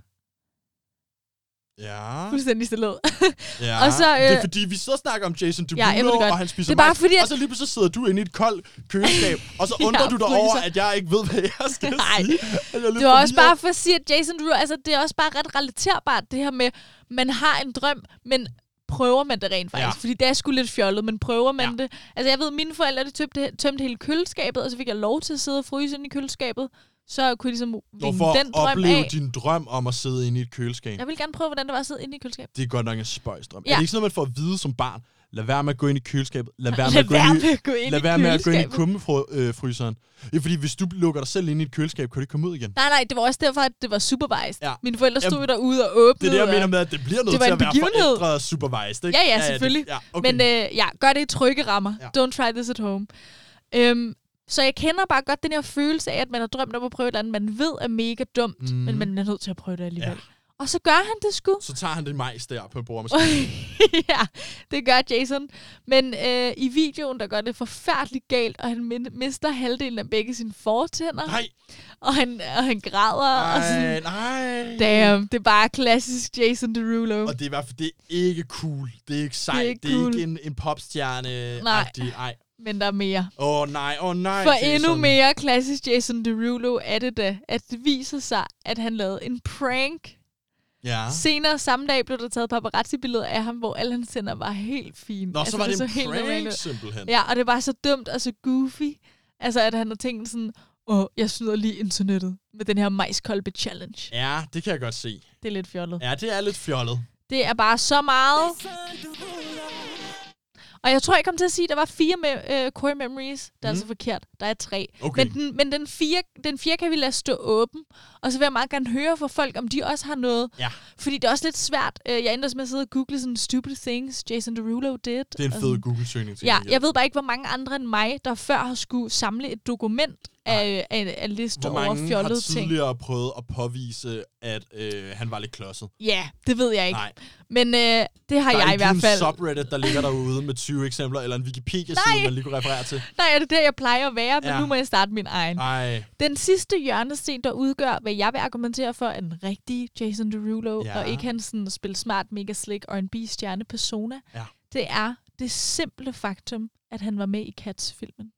Ja. Fuldstændig stille ud. Ja, og så, det er fordi, vi sidder og snakker om Jason Derulo, og han spiser majs, fordi, og så lige pludselig sidder du inde i et koldt køleskab, og så undrer du dig over, at jeg ikke ved, hvad jeg skal sige. Det var også bare for at sige, at Jason Derulo, altså det er også bare ret relaterbart, det her med, man har en drøm, men prøver man det rent faktisk? Ja. Fordi det er sgu lidt fjollet, men prøver man det? Altså jeg ved, mine forældre, de tømte hele køleskabet, og så fik jeg lov til at sidde og fryse ind i køleskabet. Så kunne jeg ligesom vinge den drøm opleve din drøm om at sidde inde i et køleskab. Jeg vil gerne prøve, hvordan det var at sidde inde i et køleskab. Det er godt nok en spøjsdrøm. Ja. Er det ikke sådan, man får at vide som barn? Lad være med at gå ind i køleskabet. Lad være med at gå ind i kummefryseren. Ja, fordi hvis du lukker dig selv ind i et køleskab, kan du ikke komme ud igen. Nej, det var også derfor, at det var supervised. Ja. Mine forældre stod derude og åbnede. Det er det, jeg mener med, at det bliver nødt til at være forældre supervised. Ikke? Ja, selvfølgelig. Okay. Men gør det i trygge rammer. Ja. Don't try this at home. Så jeg kender bare godt den her følelse af, at man har drømt om at prøve et eller andet, man ved er mega dumt, men man er nødt til at prøve det alligevel. Ja. Og så gør han det sgu. Så tager han det majs der på boremaskinen. Ja, det gør Jason. Men i videoen, der gør det forfærdeligt galt, og han mister halvdelen af begge sine fortænder. Nej. Og han græder. Nej, og sådan, nej. Damn, det er bare klassisk Jason Derulo. Og det er i hvert fald, det er ikke cool. Det er ikke sejt. Det er ikke en popstjerne. Nej. Men der er mere. Nej, For Jason. Endnu mere klassisk Jason Derulo er det da, at det viser sig, at han lavede en prank. Ja. Senere samme dag blev der taget paparazzi-billeder af ham, hvor alle hans tænder var helt fine. Nå, så var det en prank simpelthen. Ja, og det var så dumt og så goofy. Altså, at han har tænkt sådan, jeg snyder lige internettet med den her majskolbe-challenge. Ja, det kan jeg godt se. Det er lidt fjollet. Ja, det er lidt fjollet. Det er bare så meget Og jeg tror, jeg kom til at sige, at der var 4 core memories. Det er altså forkert. Der er 3. Okay. Men den 4 kan vi lade stå åben. Og så vil jeg meget gerne høre fra folk, om de også har noget. Ja. Fordi det er også lidt svært. Jeg endte også med at sidde og google sådan stupid things Jason Derulo did. Det er en fed Google-søgning. Ja, jeg ved bare ikke, hvor mange andre end mig, der før har skulle samle et dokument af lister over fjollede ting. Hvor mange har tidligere prøvet at påvise, at han var lidt klodset? Ja, det ved jeg ikke. Nej. Men det har jeg i hvert fald. Der er ikke en subreddit, der ligger derude med 20 eksempler, eller en Wikipedia-side, man lige kunne referere til. Nej, det er det, jeg plejer at være, men nu må jeg starte min egen. Ej. Den sidste hjørnesten, der udgør, hvad jeg vil argumentere for, en rigtig Jason Derulo, og ikke hans sådan spil smart, mega slick R&B-stjerne persona, det er det simple faktum, at han var med i Cats-filmen.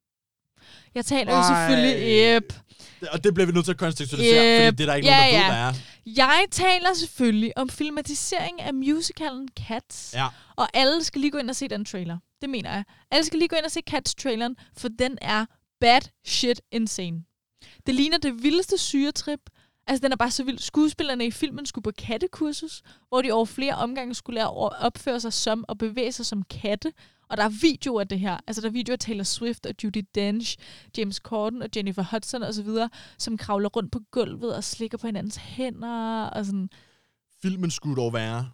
Jeg taler jo selvfølgelig... Og det bliver vi nødt til at kontekstualisere, fordi det er der ikke nogen, der ved, hvad er. Jeg taler selvfølgelig om filmatisering af musicalen Cats. Ja. Og alle skal lige gå ind og se den trailer. Det mener jeg. Alle skal lige gå ind og se Cats-traileren, for den er bad shit insane. Det ligner det vildeste syretrip. Altså, den er bare så vild. Skuespillerne i filmen skulle på kattekursus, hvor de over flere omgange skulle lære at opføre sig som og bevæge sig som katte. Og der er videoer af det her. Altså, der er videoer af Taylor Swift og Judi Dench, James Corden og Jennifer Hudson osv., som kravler rundt på gulvet og slikker på hinandens hænder og sådan. Filmen skulle dog være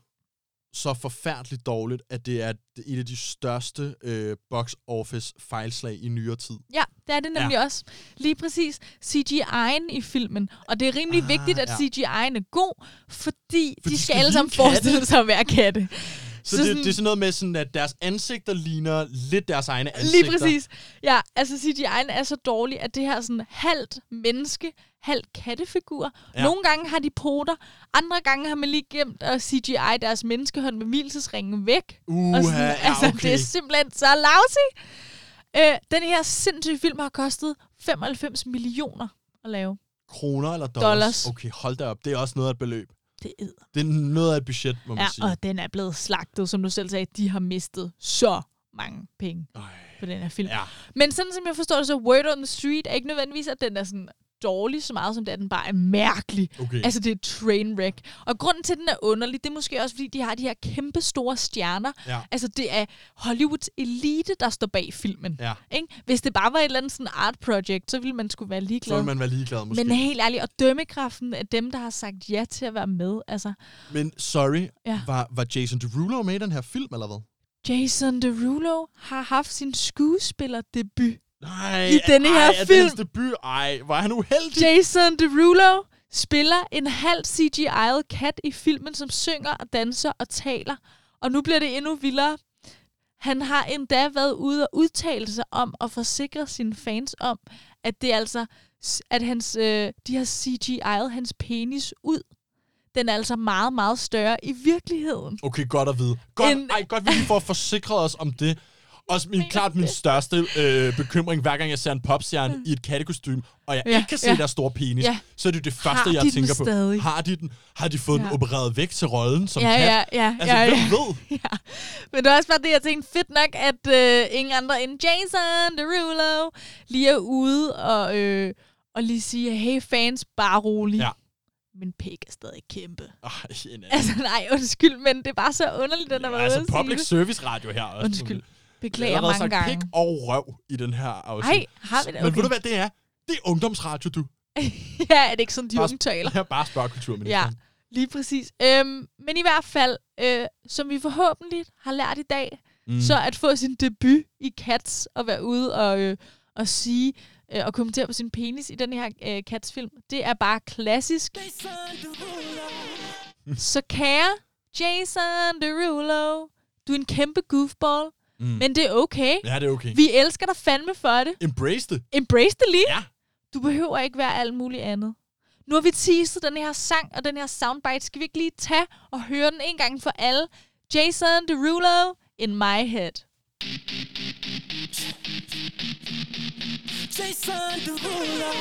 så forfærdeligt dårligt, at det er et af de største box office fejlslag i nyere tid. Ja, det er det nemlig også. Lige præcis. CGI'en i filmen. Og det er rimelig vigtigt, at CGI'en er god, fordi de skal alle sammen forestille sig at være katte. Så det er sådan noget med, sådan, at deres ansigter ligner lidt deres egne ansigter. Lige præcis. Ja, altså CGI'en er så dårlig, at det her sådan halvt menneske, halvt kattefigur. Ja. Nogle gange har de poter, andre gange har man lige gemt at CGI deres menneskehånd med hvilesesringen væk. Altså, det er simpelthen så lousy. Den her sindssyge film har kostet 95 millioner at lave. Kroner eller dollars? Okay, hold da op. Det er også noget af et beløb. Det er noget af et budget, må man sige. Og den er blevet slagtet, som du selv sagde. De har mistet så mange penge på den her film. Ja. Men sådan som jeg forstår det, så Word on the Street er ikke nødvendigvis, at den er sådan dårlig så meget, som det er. Den bare er mærkelig. Okay. Altså, det er et trainwreck. Og grunden til, at den er underlig, det er måske også, fordi de har de her kæmpe store stjerner. Ja. Altså, det er Hollywoods elite, der står bag filmen. Ja. Ikke? Hvis det bare var et eller andet sådan art project, så ville man skulle være ligeglad. Så ville man være ligeglad, måske. Men helt ærligt, og dømmekraften af dem, der har sagt ja til at være med. Altså. Men sorry, var Jason Derulo med i den her film, eller hvad? Jason Derulo har haft sin skuespillerdebut. I denne her film. Debut. Hvor er han uheldig. Jason Derulo spiller en halv CGI'et kat i filmen, som synger og danser og taler. Og nu bliver det endnu vildere. Han har endda været ude og udtale sig om og forsikre sine fans om, at det er altså, at de har CGI'et hans penis ud. Den er altså meget, meget større i virkeligheden. Okay, godt at vide. Godt vi får forsikret os om det. Også klart min største bekymring, hver gang jeg ser en popstjerne i et kattekostyme, og jeg ikke kan se deres store penis, så er det det første, jeg tænker på. Stadig? Har de den? Har de fået den opereret væk til rollen som kat? Hvem ved? Ja. Men det er også bare det, jeg tænkte, fedt nok, at ingen andre end Jason Derulo lige er ude og lige sige, hey fans, bare rolig. Ja. Min pæk er stadig kæmpe. Altså nej, undskyld, men det er bare så underligt, den der var ude at sige det. Altså public service radio her også. Undskyld. Beklager mange gange. Pik og røv i den her afsnit. Nej, har vi det? Okay. Men ved du hvad det er? Det er ungdomsradio, du. Ja, er det ikke sådan, de unge taler? Ja, bare spørg kulturministeren. Ja, lige præcis. Men i hvert fald, som vi forhåbentlig har lært i dag, så at få sin debut i Cats og være ude og sige og kommentere på sin penis i den her Cats-film, det er bare klassisk. Så kære Jason Derulo, du er en kæmpe goofball. Men det er okay. Ja, det er okay. Vi elsker dig fandme for det. Embrace det. Embrace det lige. Ja. Du behøver ikke være alt muligt andet. Nu har vi teaset den her sang og den her soundbite. Skal vi ikke lige tage og høre den en gang for alle? Jason Derulo, In My Head. Jason Derulo.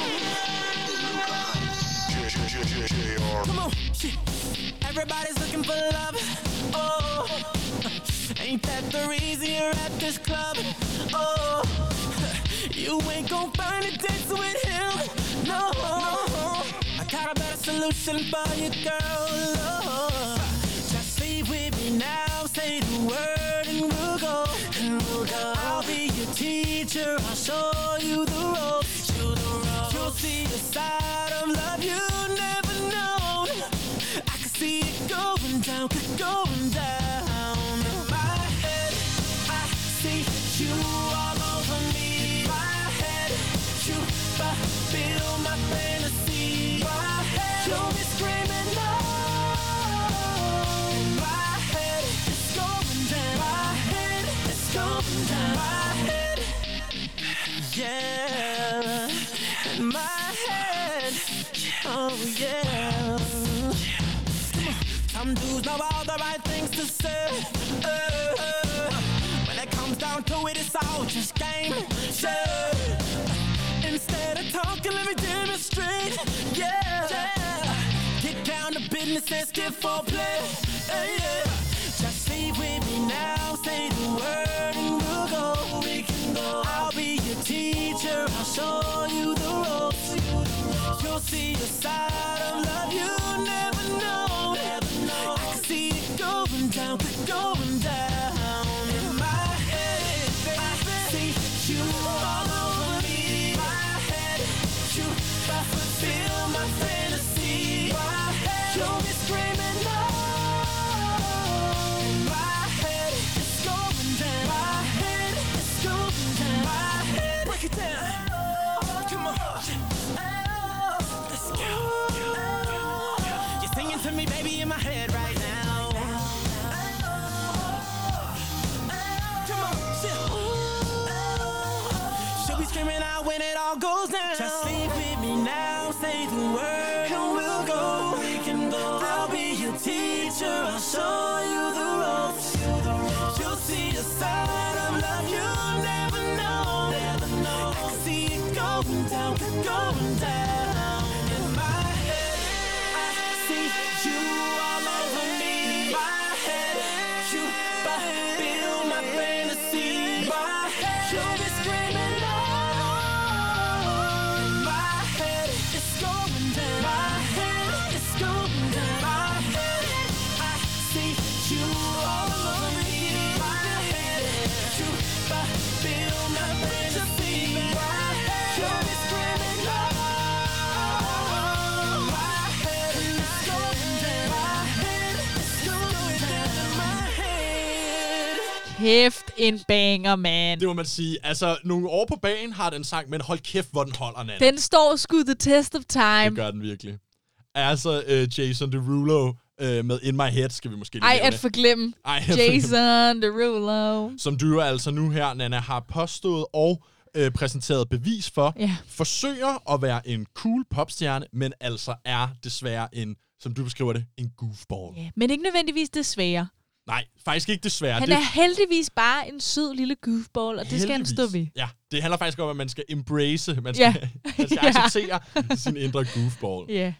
Come on. Everybody's looking for love. Oh. Ain't that the reason you're at this club? Oh, you ain't gon' find a dance with him. No, I got a better solution for you, girl. Oh, just sleep with me now. Say the word and we'll go. And we'll teacher, I'll show you the ropes. You'll see a side of love you never known. I can see it going down, going down. In my head, I see you all over me. My head, you fulfill my fantasy. My head, you'll be screaming no. My head, it's going down. My head, it's going down. My head, yeah. My head, oh yeah. Some dudes know all the right things to say. When it comes down to it, it's all just game. Instead of talking, let me demonstrate. Yeah. Get down to business and skip for play. Yeah. Just sleep with me now, say the word and we'll go. We can go. I'll be your teacher, I'll show you the ropes. You'll see a side of love you never know. I can see it going down, going down. In my head, I see you all over me. My head, you fulfill my fantasy. My head, you'll be screaming no. My head, it's going down. My head, it's going down. My head, break it down. Come on. Let's go. You're singing to me, baby, in my head right now. Come on, she'll be screaming out when it all goes down. Just sleep with me now, say the word and we'll go. We can go. I'll be your teacher, I'll show you the ropes. You'll see a side of love you never know. I can see it going down, going down. In my head, I see you all over me. My head, you fulfill my fantasy. My head, you'll be screaming no. My head, it's going down. My head, it's going down. My head, I see you all over me. My head, you fulfill my fantasy. My head, you'll be screaming no. My head, it's going down. My head, it's going down. My head. Kæft en banger, man. Det må man sige. Altså, nogle år på banen har den sang, men hold kæft, hvor den holder, Nana. Den står sgu the test of time. Det gør den virkelig. Altså, Jason Derulo med In My Head, skal vi måske lige Ej, at forglemme. Jason Derulo. Som du jo altså nu her, Nana, har påstået og præsenteret bevis for, forsøger at være en cool popstjerne, men altså er desværre en, som du beskriver det, en goofball. Yeah, men ikke nødvendigvis desværre. Nej, faktisk ikke desværre. Han er heldigvis bare en sød lille goofball, og det skal han stå ved. Ja, det handler faktisk om, at man skal embrace, man skal acceptere sin indre goofball. Ja.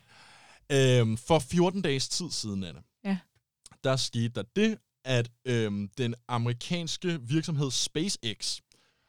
For 14 dages tid siden, Anna, der skete der det, at den amerikanske virksomhed SpaceX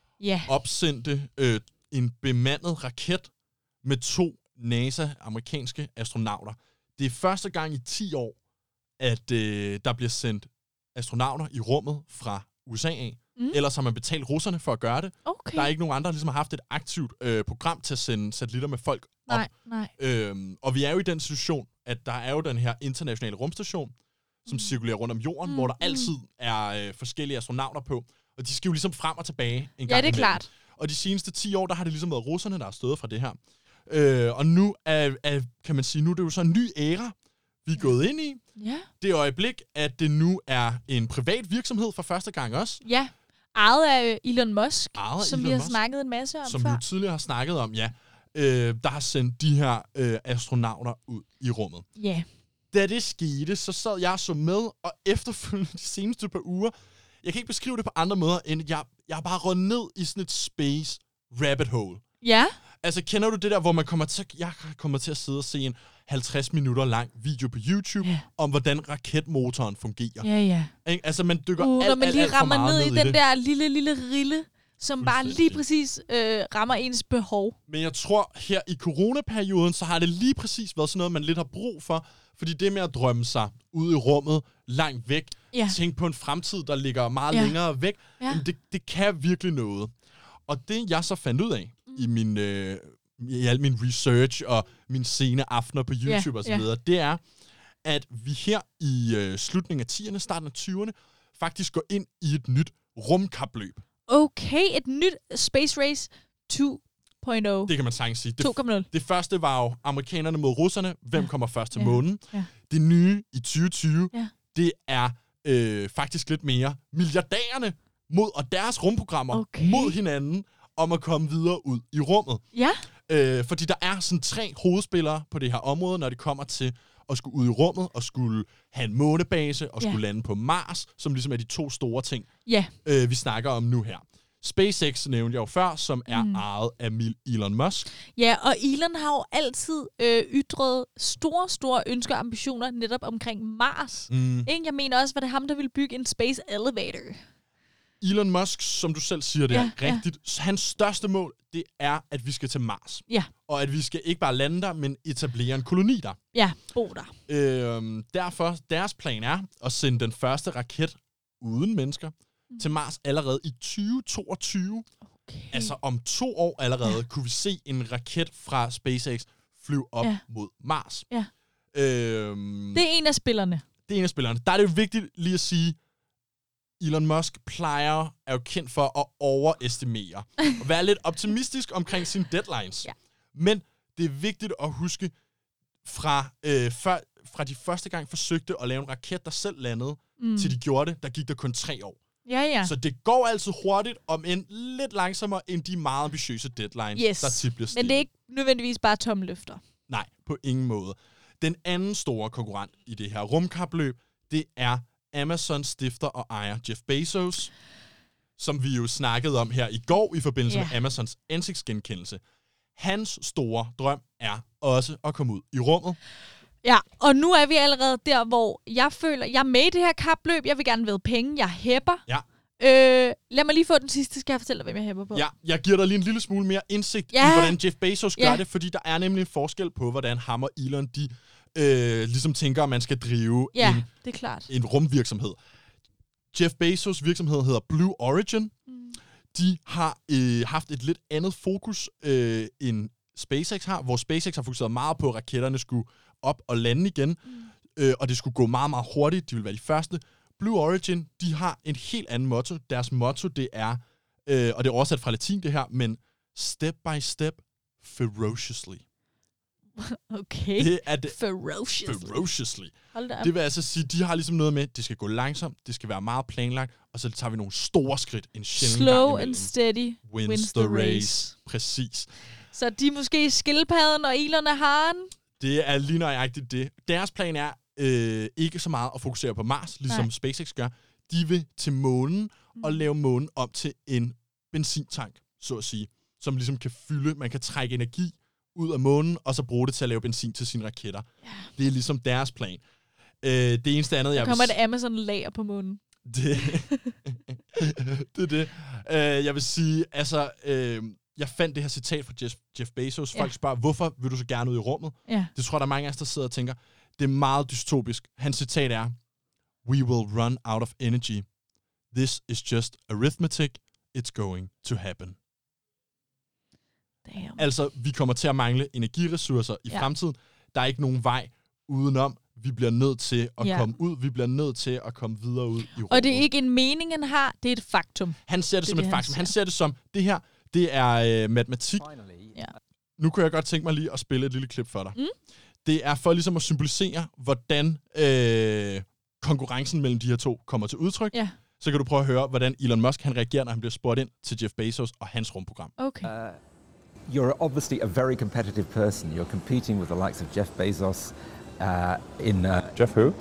opsendte en bemandet raket med 2 NASA-amerikanske astronauter. Det er første gang i 10 år, at der bliver sendt astronauter i rummet fra USA af. Ellers har man betalt russerne for at gøre det. Okay. Der er ikke nogen andre, der ligesom har haft et aktivt program til at sende satellitter med folk op. Nej. Og vi er jo i den situation, at der er jo den her internationale rumstation, som cirkulerer rundt om jorden, hvor der altid er forskellige astronauter på. Og de skal jo ligesom frem og tilbage en gang. Ja, det er klart. Og de seneste 10 år, der har det ligesom været russerne, der har stået fra det her. Og nu kan man sige, nu er det jo så en ny æra, vi er gået ind i. Ja. Det øjeblik, at det nu er en privat virksomhed for første gang også. Ja, ejet af Elon Musk, som vi har snakket en masse om som før. vi jo tidligere har snakket om, der har sendt de her astronauter ud i rummet. Ja. Da det skete, så sad jeg så med, og efterfølgende de seneste par uger, jeg kan ikke beskrive det på andre måder, end jeg har bare røget ned i sådan et space rabbit hole. Ja. Altså, kender du det der, hvor jeg kommer til at sidde og se en 50 minutter lang video på YouTube, om hvordan raketmotoren fungerer. Ja. Altså, man dykker når man lige rammer ned i den det. der lille rille, som bare lige præcis rammer ens behov. Men jeg tror, her i coronaperioden, så har det lige præcis været sådan noget, man lidt har brug for. Fordi det med at drømme sig ud i rummet, langt væk, tænke på en fremtid, der ligger meget længere væk, det kan virkelig noget. Og det, jeg så fandt ud af i al min research og mine sene aftener på YouTube og så videre, det er, at vi her i slutningen af 10'erne, starten af 20'erne, faktisk går ind i et nyt rumkapløb. Okay, et nyt Space Race 2.0. Det kan man sagtens sige. 2.0. Det første var jo amerikanerne mod russerne. Hvem kommer først til månen? Ja. Det nye i 2020, det er faktisk lidt mere milliardærerne og deres rumprogrammer mod hinanden om at komme videre ud i rummet. Ja. Fordi der er sådan 3 hovedspillere på det her område, når det kommer til at skulle ud i rummet og skulle have en månebase og skulle lande på Mars, som ligesom er de 2 store ting, vi snakker om nu her. SpaceX nævnte jeg jo før, som er ejet af Elon Musk. Ja, og Elon har jo altid ytret store ønsker og ambitioner netop omkring Mars. Jeg mener også, var det ham, der ville bygge en space elevator. Elon Musk, som du selv siger, det er rigtigt. Hans største mål, det er, at vi skal til Mars. Ja. Og at vi skal ikke bare lande der, men etablere en koloni der. Ja, bo der. Derfor, deres plan er at sende den første raket uden mennesker til Mars allerede i 2022. Okay. Altså om 2 år allerede kunne vi se en raket fra SpaceX flyve op mod Mars. Ja. Det er en af spillerne. Der er det jo vigtigt lige at sige, Elon Musk er jo kendt for at overestimere og være lidt optimistisk omkring sine deadlines. Ja. Men det er vigtigt at huske, fra de første gang forsøgte at lave en raket, der selv landede, til de gjorde det, der gik der kun 3 år. Ja. Så det går altid hurtigt, om end lidt langsommere end de meget ambitiøse deadlines, der tit bliver stillet. Men det er ikke nødvendigvis bare tomme løfter. Nej, på ingen måde. Den anden store konkurrent i det her rumkapløb, det er Amazons stifter og ejer Jeff Bezos, som vi jo snakkede om her i går i forbindelse med Amazons ansigtsgenkendelse. Hans store drøm er også at komme ud i rummet. Ja, og nu er vi allerede der, hvor jeg føler, jeg er med i det her kapløb. Jeg vil gerne vide penge. Jeg hæpper. Ja. Lad mig lige få den sidste. Skal jeg fortælle dig, hvem jeg hæpper på? Ja, jeg giver dig lige en lille smule mere indsigt i, hvordan Jeff Bezos gør det, fordi der er nemlig en forskel på, hvordan ham og Elon, de ligesom tænker, at man skal drive det er klart. En rumvirksomhed. Jeff Bezos' virksomhed hedder Blue Origin. De har haft et lidt andet fokus end SpaceX har, hvor SpaceX har fokuseret meget på, at raketterne skulle op og lande igen, og det skulle gå meget, meget hurtigt. De vil være de første. Blue Origin, de har en helt anden motto. Deres motto, det er, og det er oversat fra latin det her, men step by step, ferociously. Okay. Det er det. Ferociously. Hold da op. Det vil altså sige, de har ligesom noget med, det skal gå langsomt, det skal være meget planlagt, og så tager vi nogle store skridt, en sjældent gang imellem. Slow and steady wins the race. Præcis. Så de er måske skildpadden, og Elon er haren? Det er lige nøjagtigt det. Deres plan er ikke så meget at fokusere på Mars, ligesom SpaceX gør. De vil til månen og lave månen om til en benzintank, så at sige, som ligesom kan fylde, man kan trække energi ud af månen, og så bruge det til at lave benzin til sine raketter. Ja. Det er ligesom deres plan. Det eneste andet, jeg vil... kommer et Amazon-lager på månen. Det er det. Jeg vil sige, altså... Jeg fandt det her citat fra Jeff Bezos. Folk spørger, hvorfor vil du så gerne ud i rummet? Ja. Det tror jeg, der er mange af os, der sidder og tænker, det er meget dystopisk. Hans citat er, we will run out of energy. This is just arithmetic. It's going to happen. Damn. Altså, vi kommer til at mangle energiressourcer i fremtiden. Der er ikke nogen vej udenom. Vi bliver nødt til at komme ud. Vi bliver nødt til at komme videre ud i rummet. Og det er ikke en mening, han har. Det er et faktum. Han ser det som et faktum. Han ser det som, det her, det er matematik. Ja. Nu kunne jeg godt tænke mig lige at spille et lille klip for dig. Det er for ligesom at symbolisere, hvordan konkurrencen mellem de her to kommer til udtryk. Ja. Så kan du prøve at høre, hvordan Elon Musk han reagerer, når han bliver spurgt ind til Jeff Bezos og hans rumprogram. Okay. You're obviously a very competitive person. You're competing with the likes of Jeff Bezos in... Jeff who?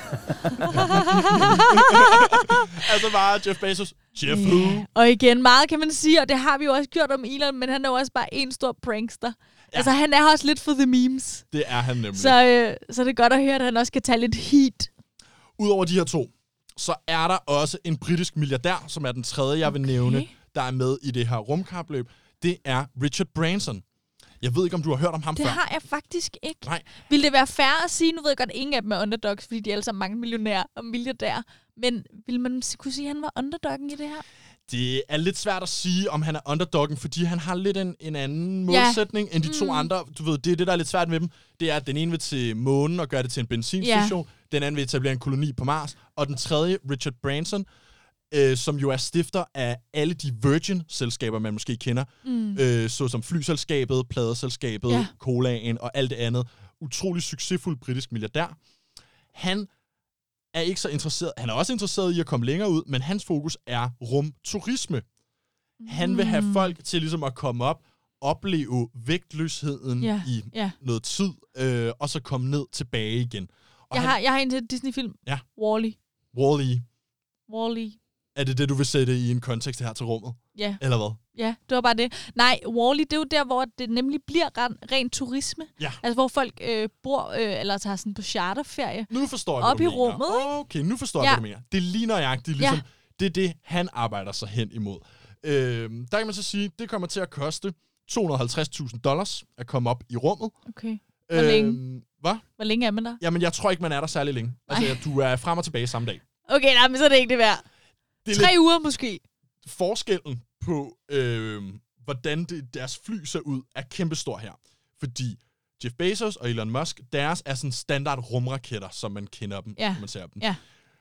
Altså bare Jeff Bezos. Jeff who? Og igen, meget kan man sige, og det har vi jo også gjort om Elon, men han er jo også bare en stor prankster. Ja. Altså, han er også lidt for the memes. Det er han nemlig. Så det er godt at høre, at han også kan tage lidt heat. Udover de her to, så er der også en britisk milliardær, som er den tredje, jeg vil nævne, der er med i det her rumkapløb. Det er Richard Branson. Jeg ved ikke, om du har hørt om ham før. Det har jeg faktisk ikke. Nej. Vil det være fair at sige, nu ved jeg godt, at ingen af dem er underdogs, fordi de er alle sammen mange millionærer og milliardærer, men vil man kunne sige, at han var underdoggen i det her? Det er lidt svært at sige, om han er underdoggen, fordi han har lidt en anden målsætning end de to andre. Du ved, det der er lidt svært med dem. Det er, at den ene vil til månen og gøre det til en benzinstation. Den anden vil etablere en koloni på Mars. Og den tredje, Richard Branson, som jo er stifter af alle de Virgin-selskaber, man måske kender. Såsom flyselskabet, pladeselskabet, colaen og alt det andet. Utrolig succesfuld britisk milliardær. Han er ikke så interesseret. Han er også interesseret i at komme længere ud, men hans fokus er rumturisme. Han vil have folk til ligesom at komme op, opleve vægtløsheden i noget tid, og så komme ned tilbage igen. Og jeg har en til Disney-film. Ja. Wall-E. Er det, du vil sætte i en kontekst her til rummet? Ja. Eller hvad? Ja, det var bare det. Nej, Wall-E, det er jo der, hvor det nemlig bliver ren turisme. Ja. Altså, hvor folk bor, eller tager sådan på charterferie. Nu forstår jeg, op i rummet. Okay, nu forstår jeg, hvad du mener. Det er lige nøjagtigt, ligesom, det er det, han arbejder sig hen imod. Der kan man så sige, det kommer til at koste $250,000 at komme op i rummet. Okay. Hvor længe? Hvad? Hvor længe er man der? Jamen, jeg tror ikke, man er der særlig længe. Altså, du er frem og tilbage samme dag. Okay, nej, men så er det ikke det værd. 3 uger måske. Forskellen på, hvordan deres fly ser ud, er kæmpestor her. Fordi Jeff Bezos og Elon Musk, deres er sådan standard rumraketter, som man kender dem, når man ser dem. Ja.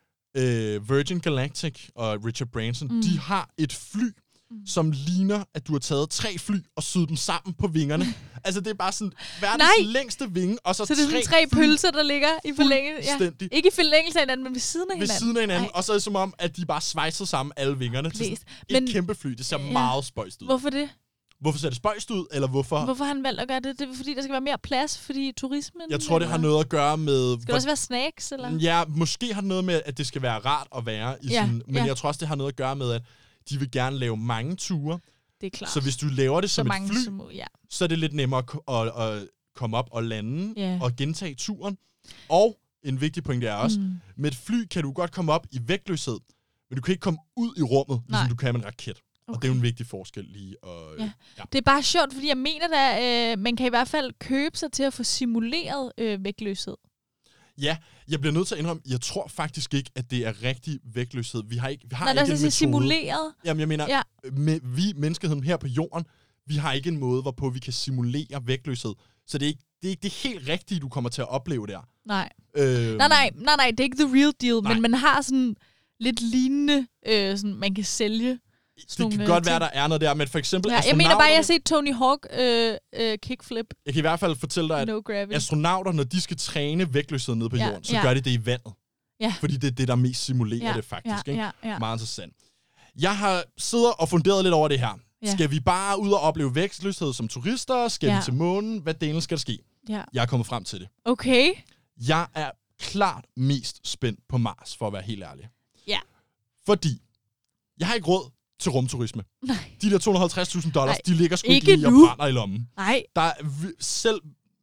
Virgin Galactic og Richard Branson, de har et fly, som ligner, at du har taget 3 fly og syet dem sammen på vingerne. Altså, det er bare sådan verdens længste vinge, og så det er sådan 3 pølser, der ligger i forlængelse. Ja. Ikke i forlængelse af hinanden, men ved siden af hinanden. Ved siden af hinanden, og så er det som om, at de bare svejser sammen alle vingerne til et kæmpe fly. Det ser meget spøjst ud. Hvorfor det? Hvorfor ser det spøjst ud, eller hvorfor? Hvorfor har han valgt at gøre det? Det er fordi, der skal være mere plads, fordi turismen... Jeg tror, det har noget at gøre med... Skal der også være snacks, eller? Ja, måske har det noget med, at det skal være rart at være i sådan... Men jeg tror også, det har noget at gøre med, at de vil gerne lave mange ture. Det er klart. Så hvis du laver det som et fly, så er det lidt nemmere at komme op og lande og gentage turen. Og en vigtig point er også, med et fly kan du godt komme op i vægtløshed, men du kan ikke komme ud i rummet, ligesom du kan med en raket. Okay. Og det er jo en vigtig forskel lige. Det er bare sjovt, fordi jeg mener, at man kan i hvert fald købe sig til at få simuleret vægtløshed. Ja, jeg bliver nødt til at indrømme, jeg tror faktisk ikke, at det er rigtig vægtløshed. Vi har ikke en metode. Simuleret? Jamen, jeg mener, vi, menneskeheden her på jorden, vi har ikke en måde, hvorpå vi kan simulere vægtløshed. Så det er ikke det helt rigtige, du kommer til at opleve der. Nej. Nej, det er ikke the real deal, men man har sådan lidt lignende, sådan, man kan sælge. Det kan godt være, der er noget der, men for eksempel jeg mener bare, jeg har set Tony Hawk kickflip. Jeg kan i hvert fald fortælle dig, at astronauter, når de skal træne vægtløshed nede på jorden, så gør de det i vandet. Ja. Fordi det er det, der mest simulerer det faktisk. Ikke? Meget interessant. Jeg har siddet og funderet lidt over det her. Ja. Skal vi bare ud og opleve vægtløshed som turister? Skal vi til månen? Hvad delen skal der ske? Ja. Jeg er kommet frem til det. Okay. Jeg er klart mest spændt på Mars, for at være helt ærlig. Ja. Fordi jeg har ikke råd til rumturisme. Nej. De der $250,000, de ligger sgu ikke lige og brænder i lommen. Nej. Der er selv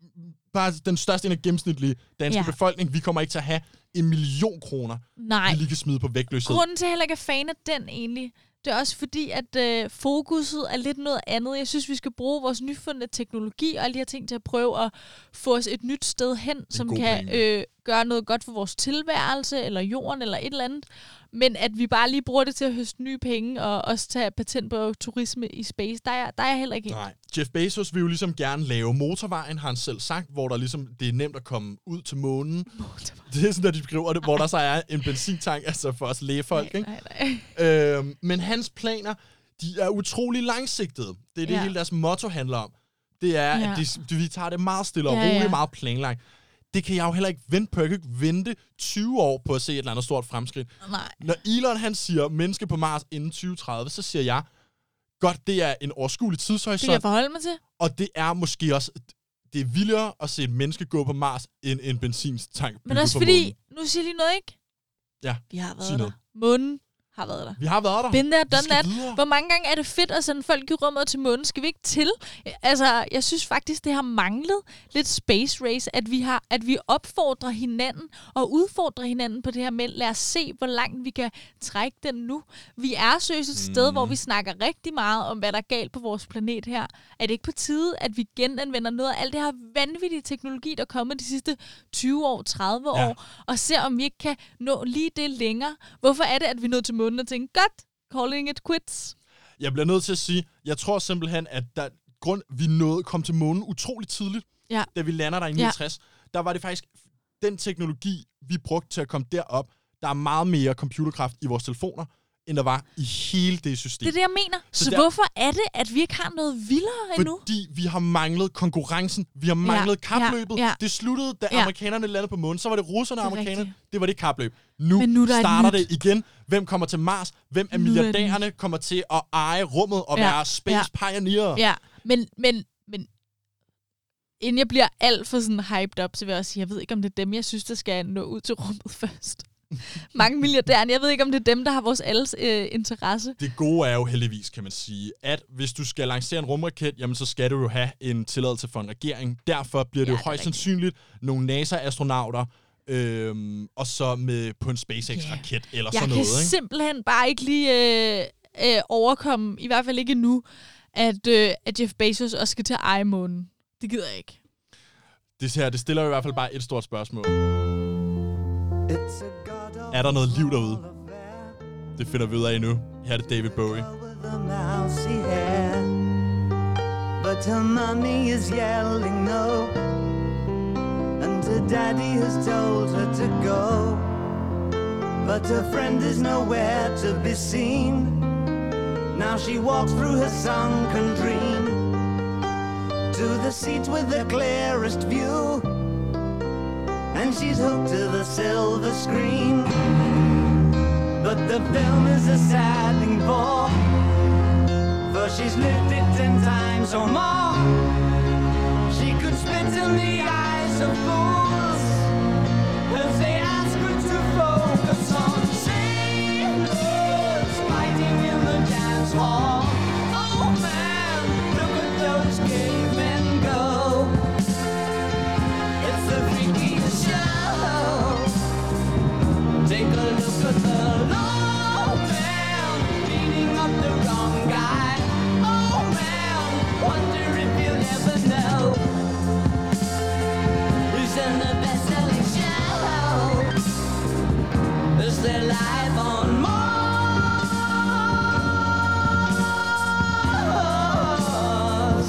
bare den største af gennemsnitlige danske befolkning, vi kommer ikke til at have 1 million kroner, vi lige kan smide på vægtløshed. Grunden til, at jeg heller ikke er fan af den egentlig, det er også fordi, at fokuset er lidt noget andet. Jeg synes, vi skal bruge vores nyfundne teknologi og alle de her ting til at prøve at få os et nyt sted hen, som kan gøre noget godt for vores tilværelse, eller jorden, eller et eller andet. Men at vi bare lige bruger det til at høste nye penge, og også tage patent på turisme i space, der er jeg heller ikke helt. Nej. Jeff Bezos vil jo ligesom gerne lave motorvejen, har han selv sagt, hvor der ligesom, det er nemt at komme ud til månen. Det er sådan, at de skriver det, hvor der så er en benzintank, altså for os lægefolk. Nej. Men hans planer, de er utrolig langsigtede. Det er det, hele deres motto handler om. Det er, at vi tager det meget stille og roligt, meget planlagt. Det kan jeg jo heller ikke vente på. Jeg kan ikke vente 20 år på at se et eller andet stort fremskridt. Nej. Når Elon han siger, menneske på Mars inden 2030, så siger jeg, godt, det er en overskuelig tidshorisont. Det kan jeg forholde mig til. Og det er måske også, det er vildere at se et menneske gå på Mars, end en benzintank. Men også fordi, nu siger jeg lige noget, ikke? Ja, vi har været der. Månen har været der. Vi har været der. Been there, done that. Hvor mange gange er det fedt at sende folk i rummet til månen? Skal vi ikke til? Altså, jeg synes faktisk, det har manglet lidt space race, at vi opfordrer hinanden og udfordrer hinanden på det her med, lad os se, hvor langt vi kan trække den nu. Vi er seriøst et sted, hvor vi snakker rigtig meget om, hvad der er galt på vores planet her. Er det ikke på tide, at vi genanvender noget af alt det her vanvittige teknologi, der er kommet de sidste 20 år, 30 år, og ser, om vi ikke kan nå lige det længere? Hvorfor er det, at vi er nødt til månen og tænker, godt, calling it quits. Jeg bliver nødt til at sige, jeg tror simpelthen, at vi kom til månen utroligt tidligt, da vi lander der i 69. Der var det faktisk den teknologi, vi brugte til at komme derop. Der er meget mere computerkraft i vores telefoner, end der var i hele det system. Det er det, jeg mener. Så hvorfor er det, at vi ikke har noget vildere endnu? Fordi vi har manglet konkurrencen. Vi har manglet kapløbet. Det sluttede, da amerikanerne landede på månen. Så var det russerne og amerikanerne. Det var det kapløb. Nu starter det igen. Hvem kommer til Mars? Hvem af milliardærerne kommer til at eje rummet og være space pioneer? Ja, men inden jeg bliver alt for sådan hyped up, så vil jeg også sige, jeg ved ikke, om det er dem, jeg synes, der skal nå ud til rummet først. Mange milliardærer. Jeg ved ikke, om det er dem, der har vores alles interesse. Det gode er jo heldigvis, kan man sige, at hvis du skal lancere en rumraket, jamen så skal du jo have en tilladelse for en regering. Derfor bliver det jo højst sandsynligt nogle NASA-astronauter, og så på en SpaceX-raket eller sådan noget. Jeg kan simpelthen bare ikke lige overkomme, i hvert fald ikke endnu, at Jeff Bezos også skal til at eje månen. Det gider jeg ikke. Det stiller jo i hvert fald bare et stort spørgsmål. Er der noget liv derude? Det finder vi ud af nu. Her er det David Bowie. But her mommy is yelling no, and her daddy has told her to go, but her friend is nowhere to be seen. Now she walks through her sunken dream to the seat with the clearest view, and she's hooked to the silver screen. But the film is a sad thing for she's lived it 10 times or more. She could spit in the eyes of fools as they ask her to focus on sailors fighting in the dance hall. Oh man, look at those cavemen go. It's the freakiest show. Take a look at the low man beating up the wrong guy. Wonder if you'll ever know who's in the best-selling show. Is there life on Mars?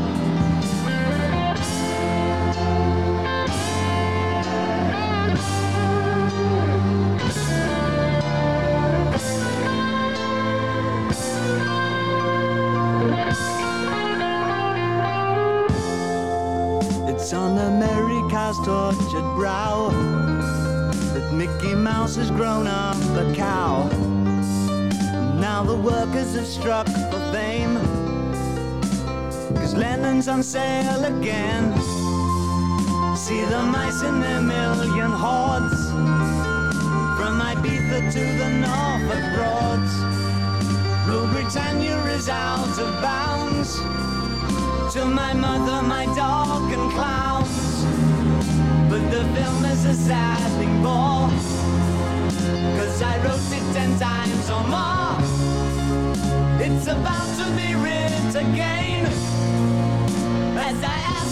It's on America's tortured brow that Mickey Mouse has grown up a cow. Now the workers have struck for fame, 'cause Lennon's on sale again. See the mice in their million hordes, from Ibiza to the Norfolk Broads. Rule Britannia is out of bounds, to my mother, my dog and clowns. But the film is a sad thing for, 'cause I wrote it 10 times or more. It's about to be writ again, as I ask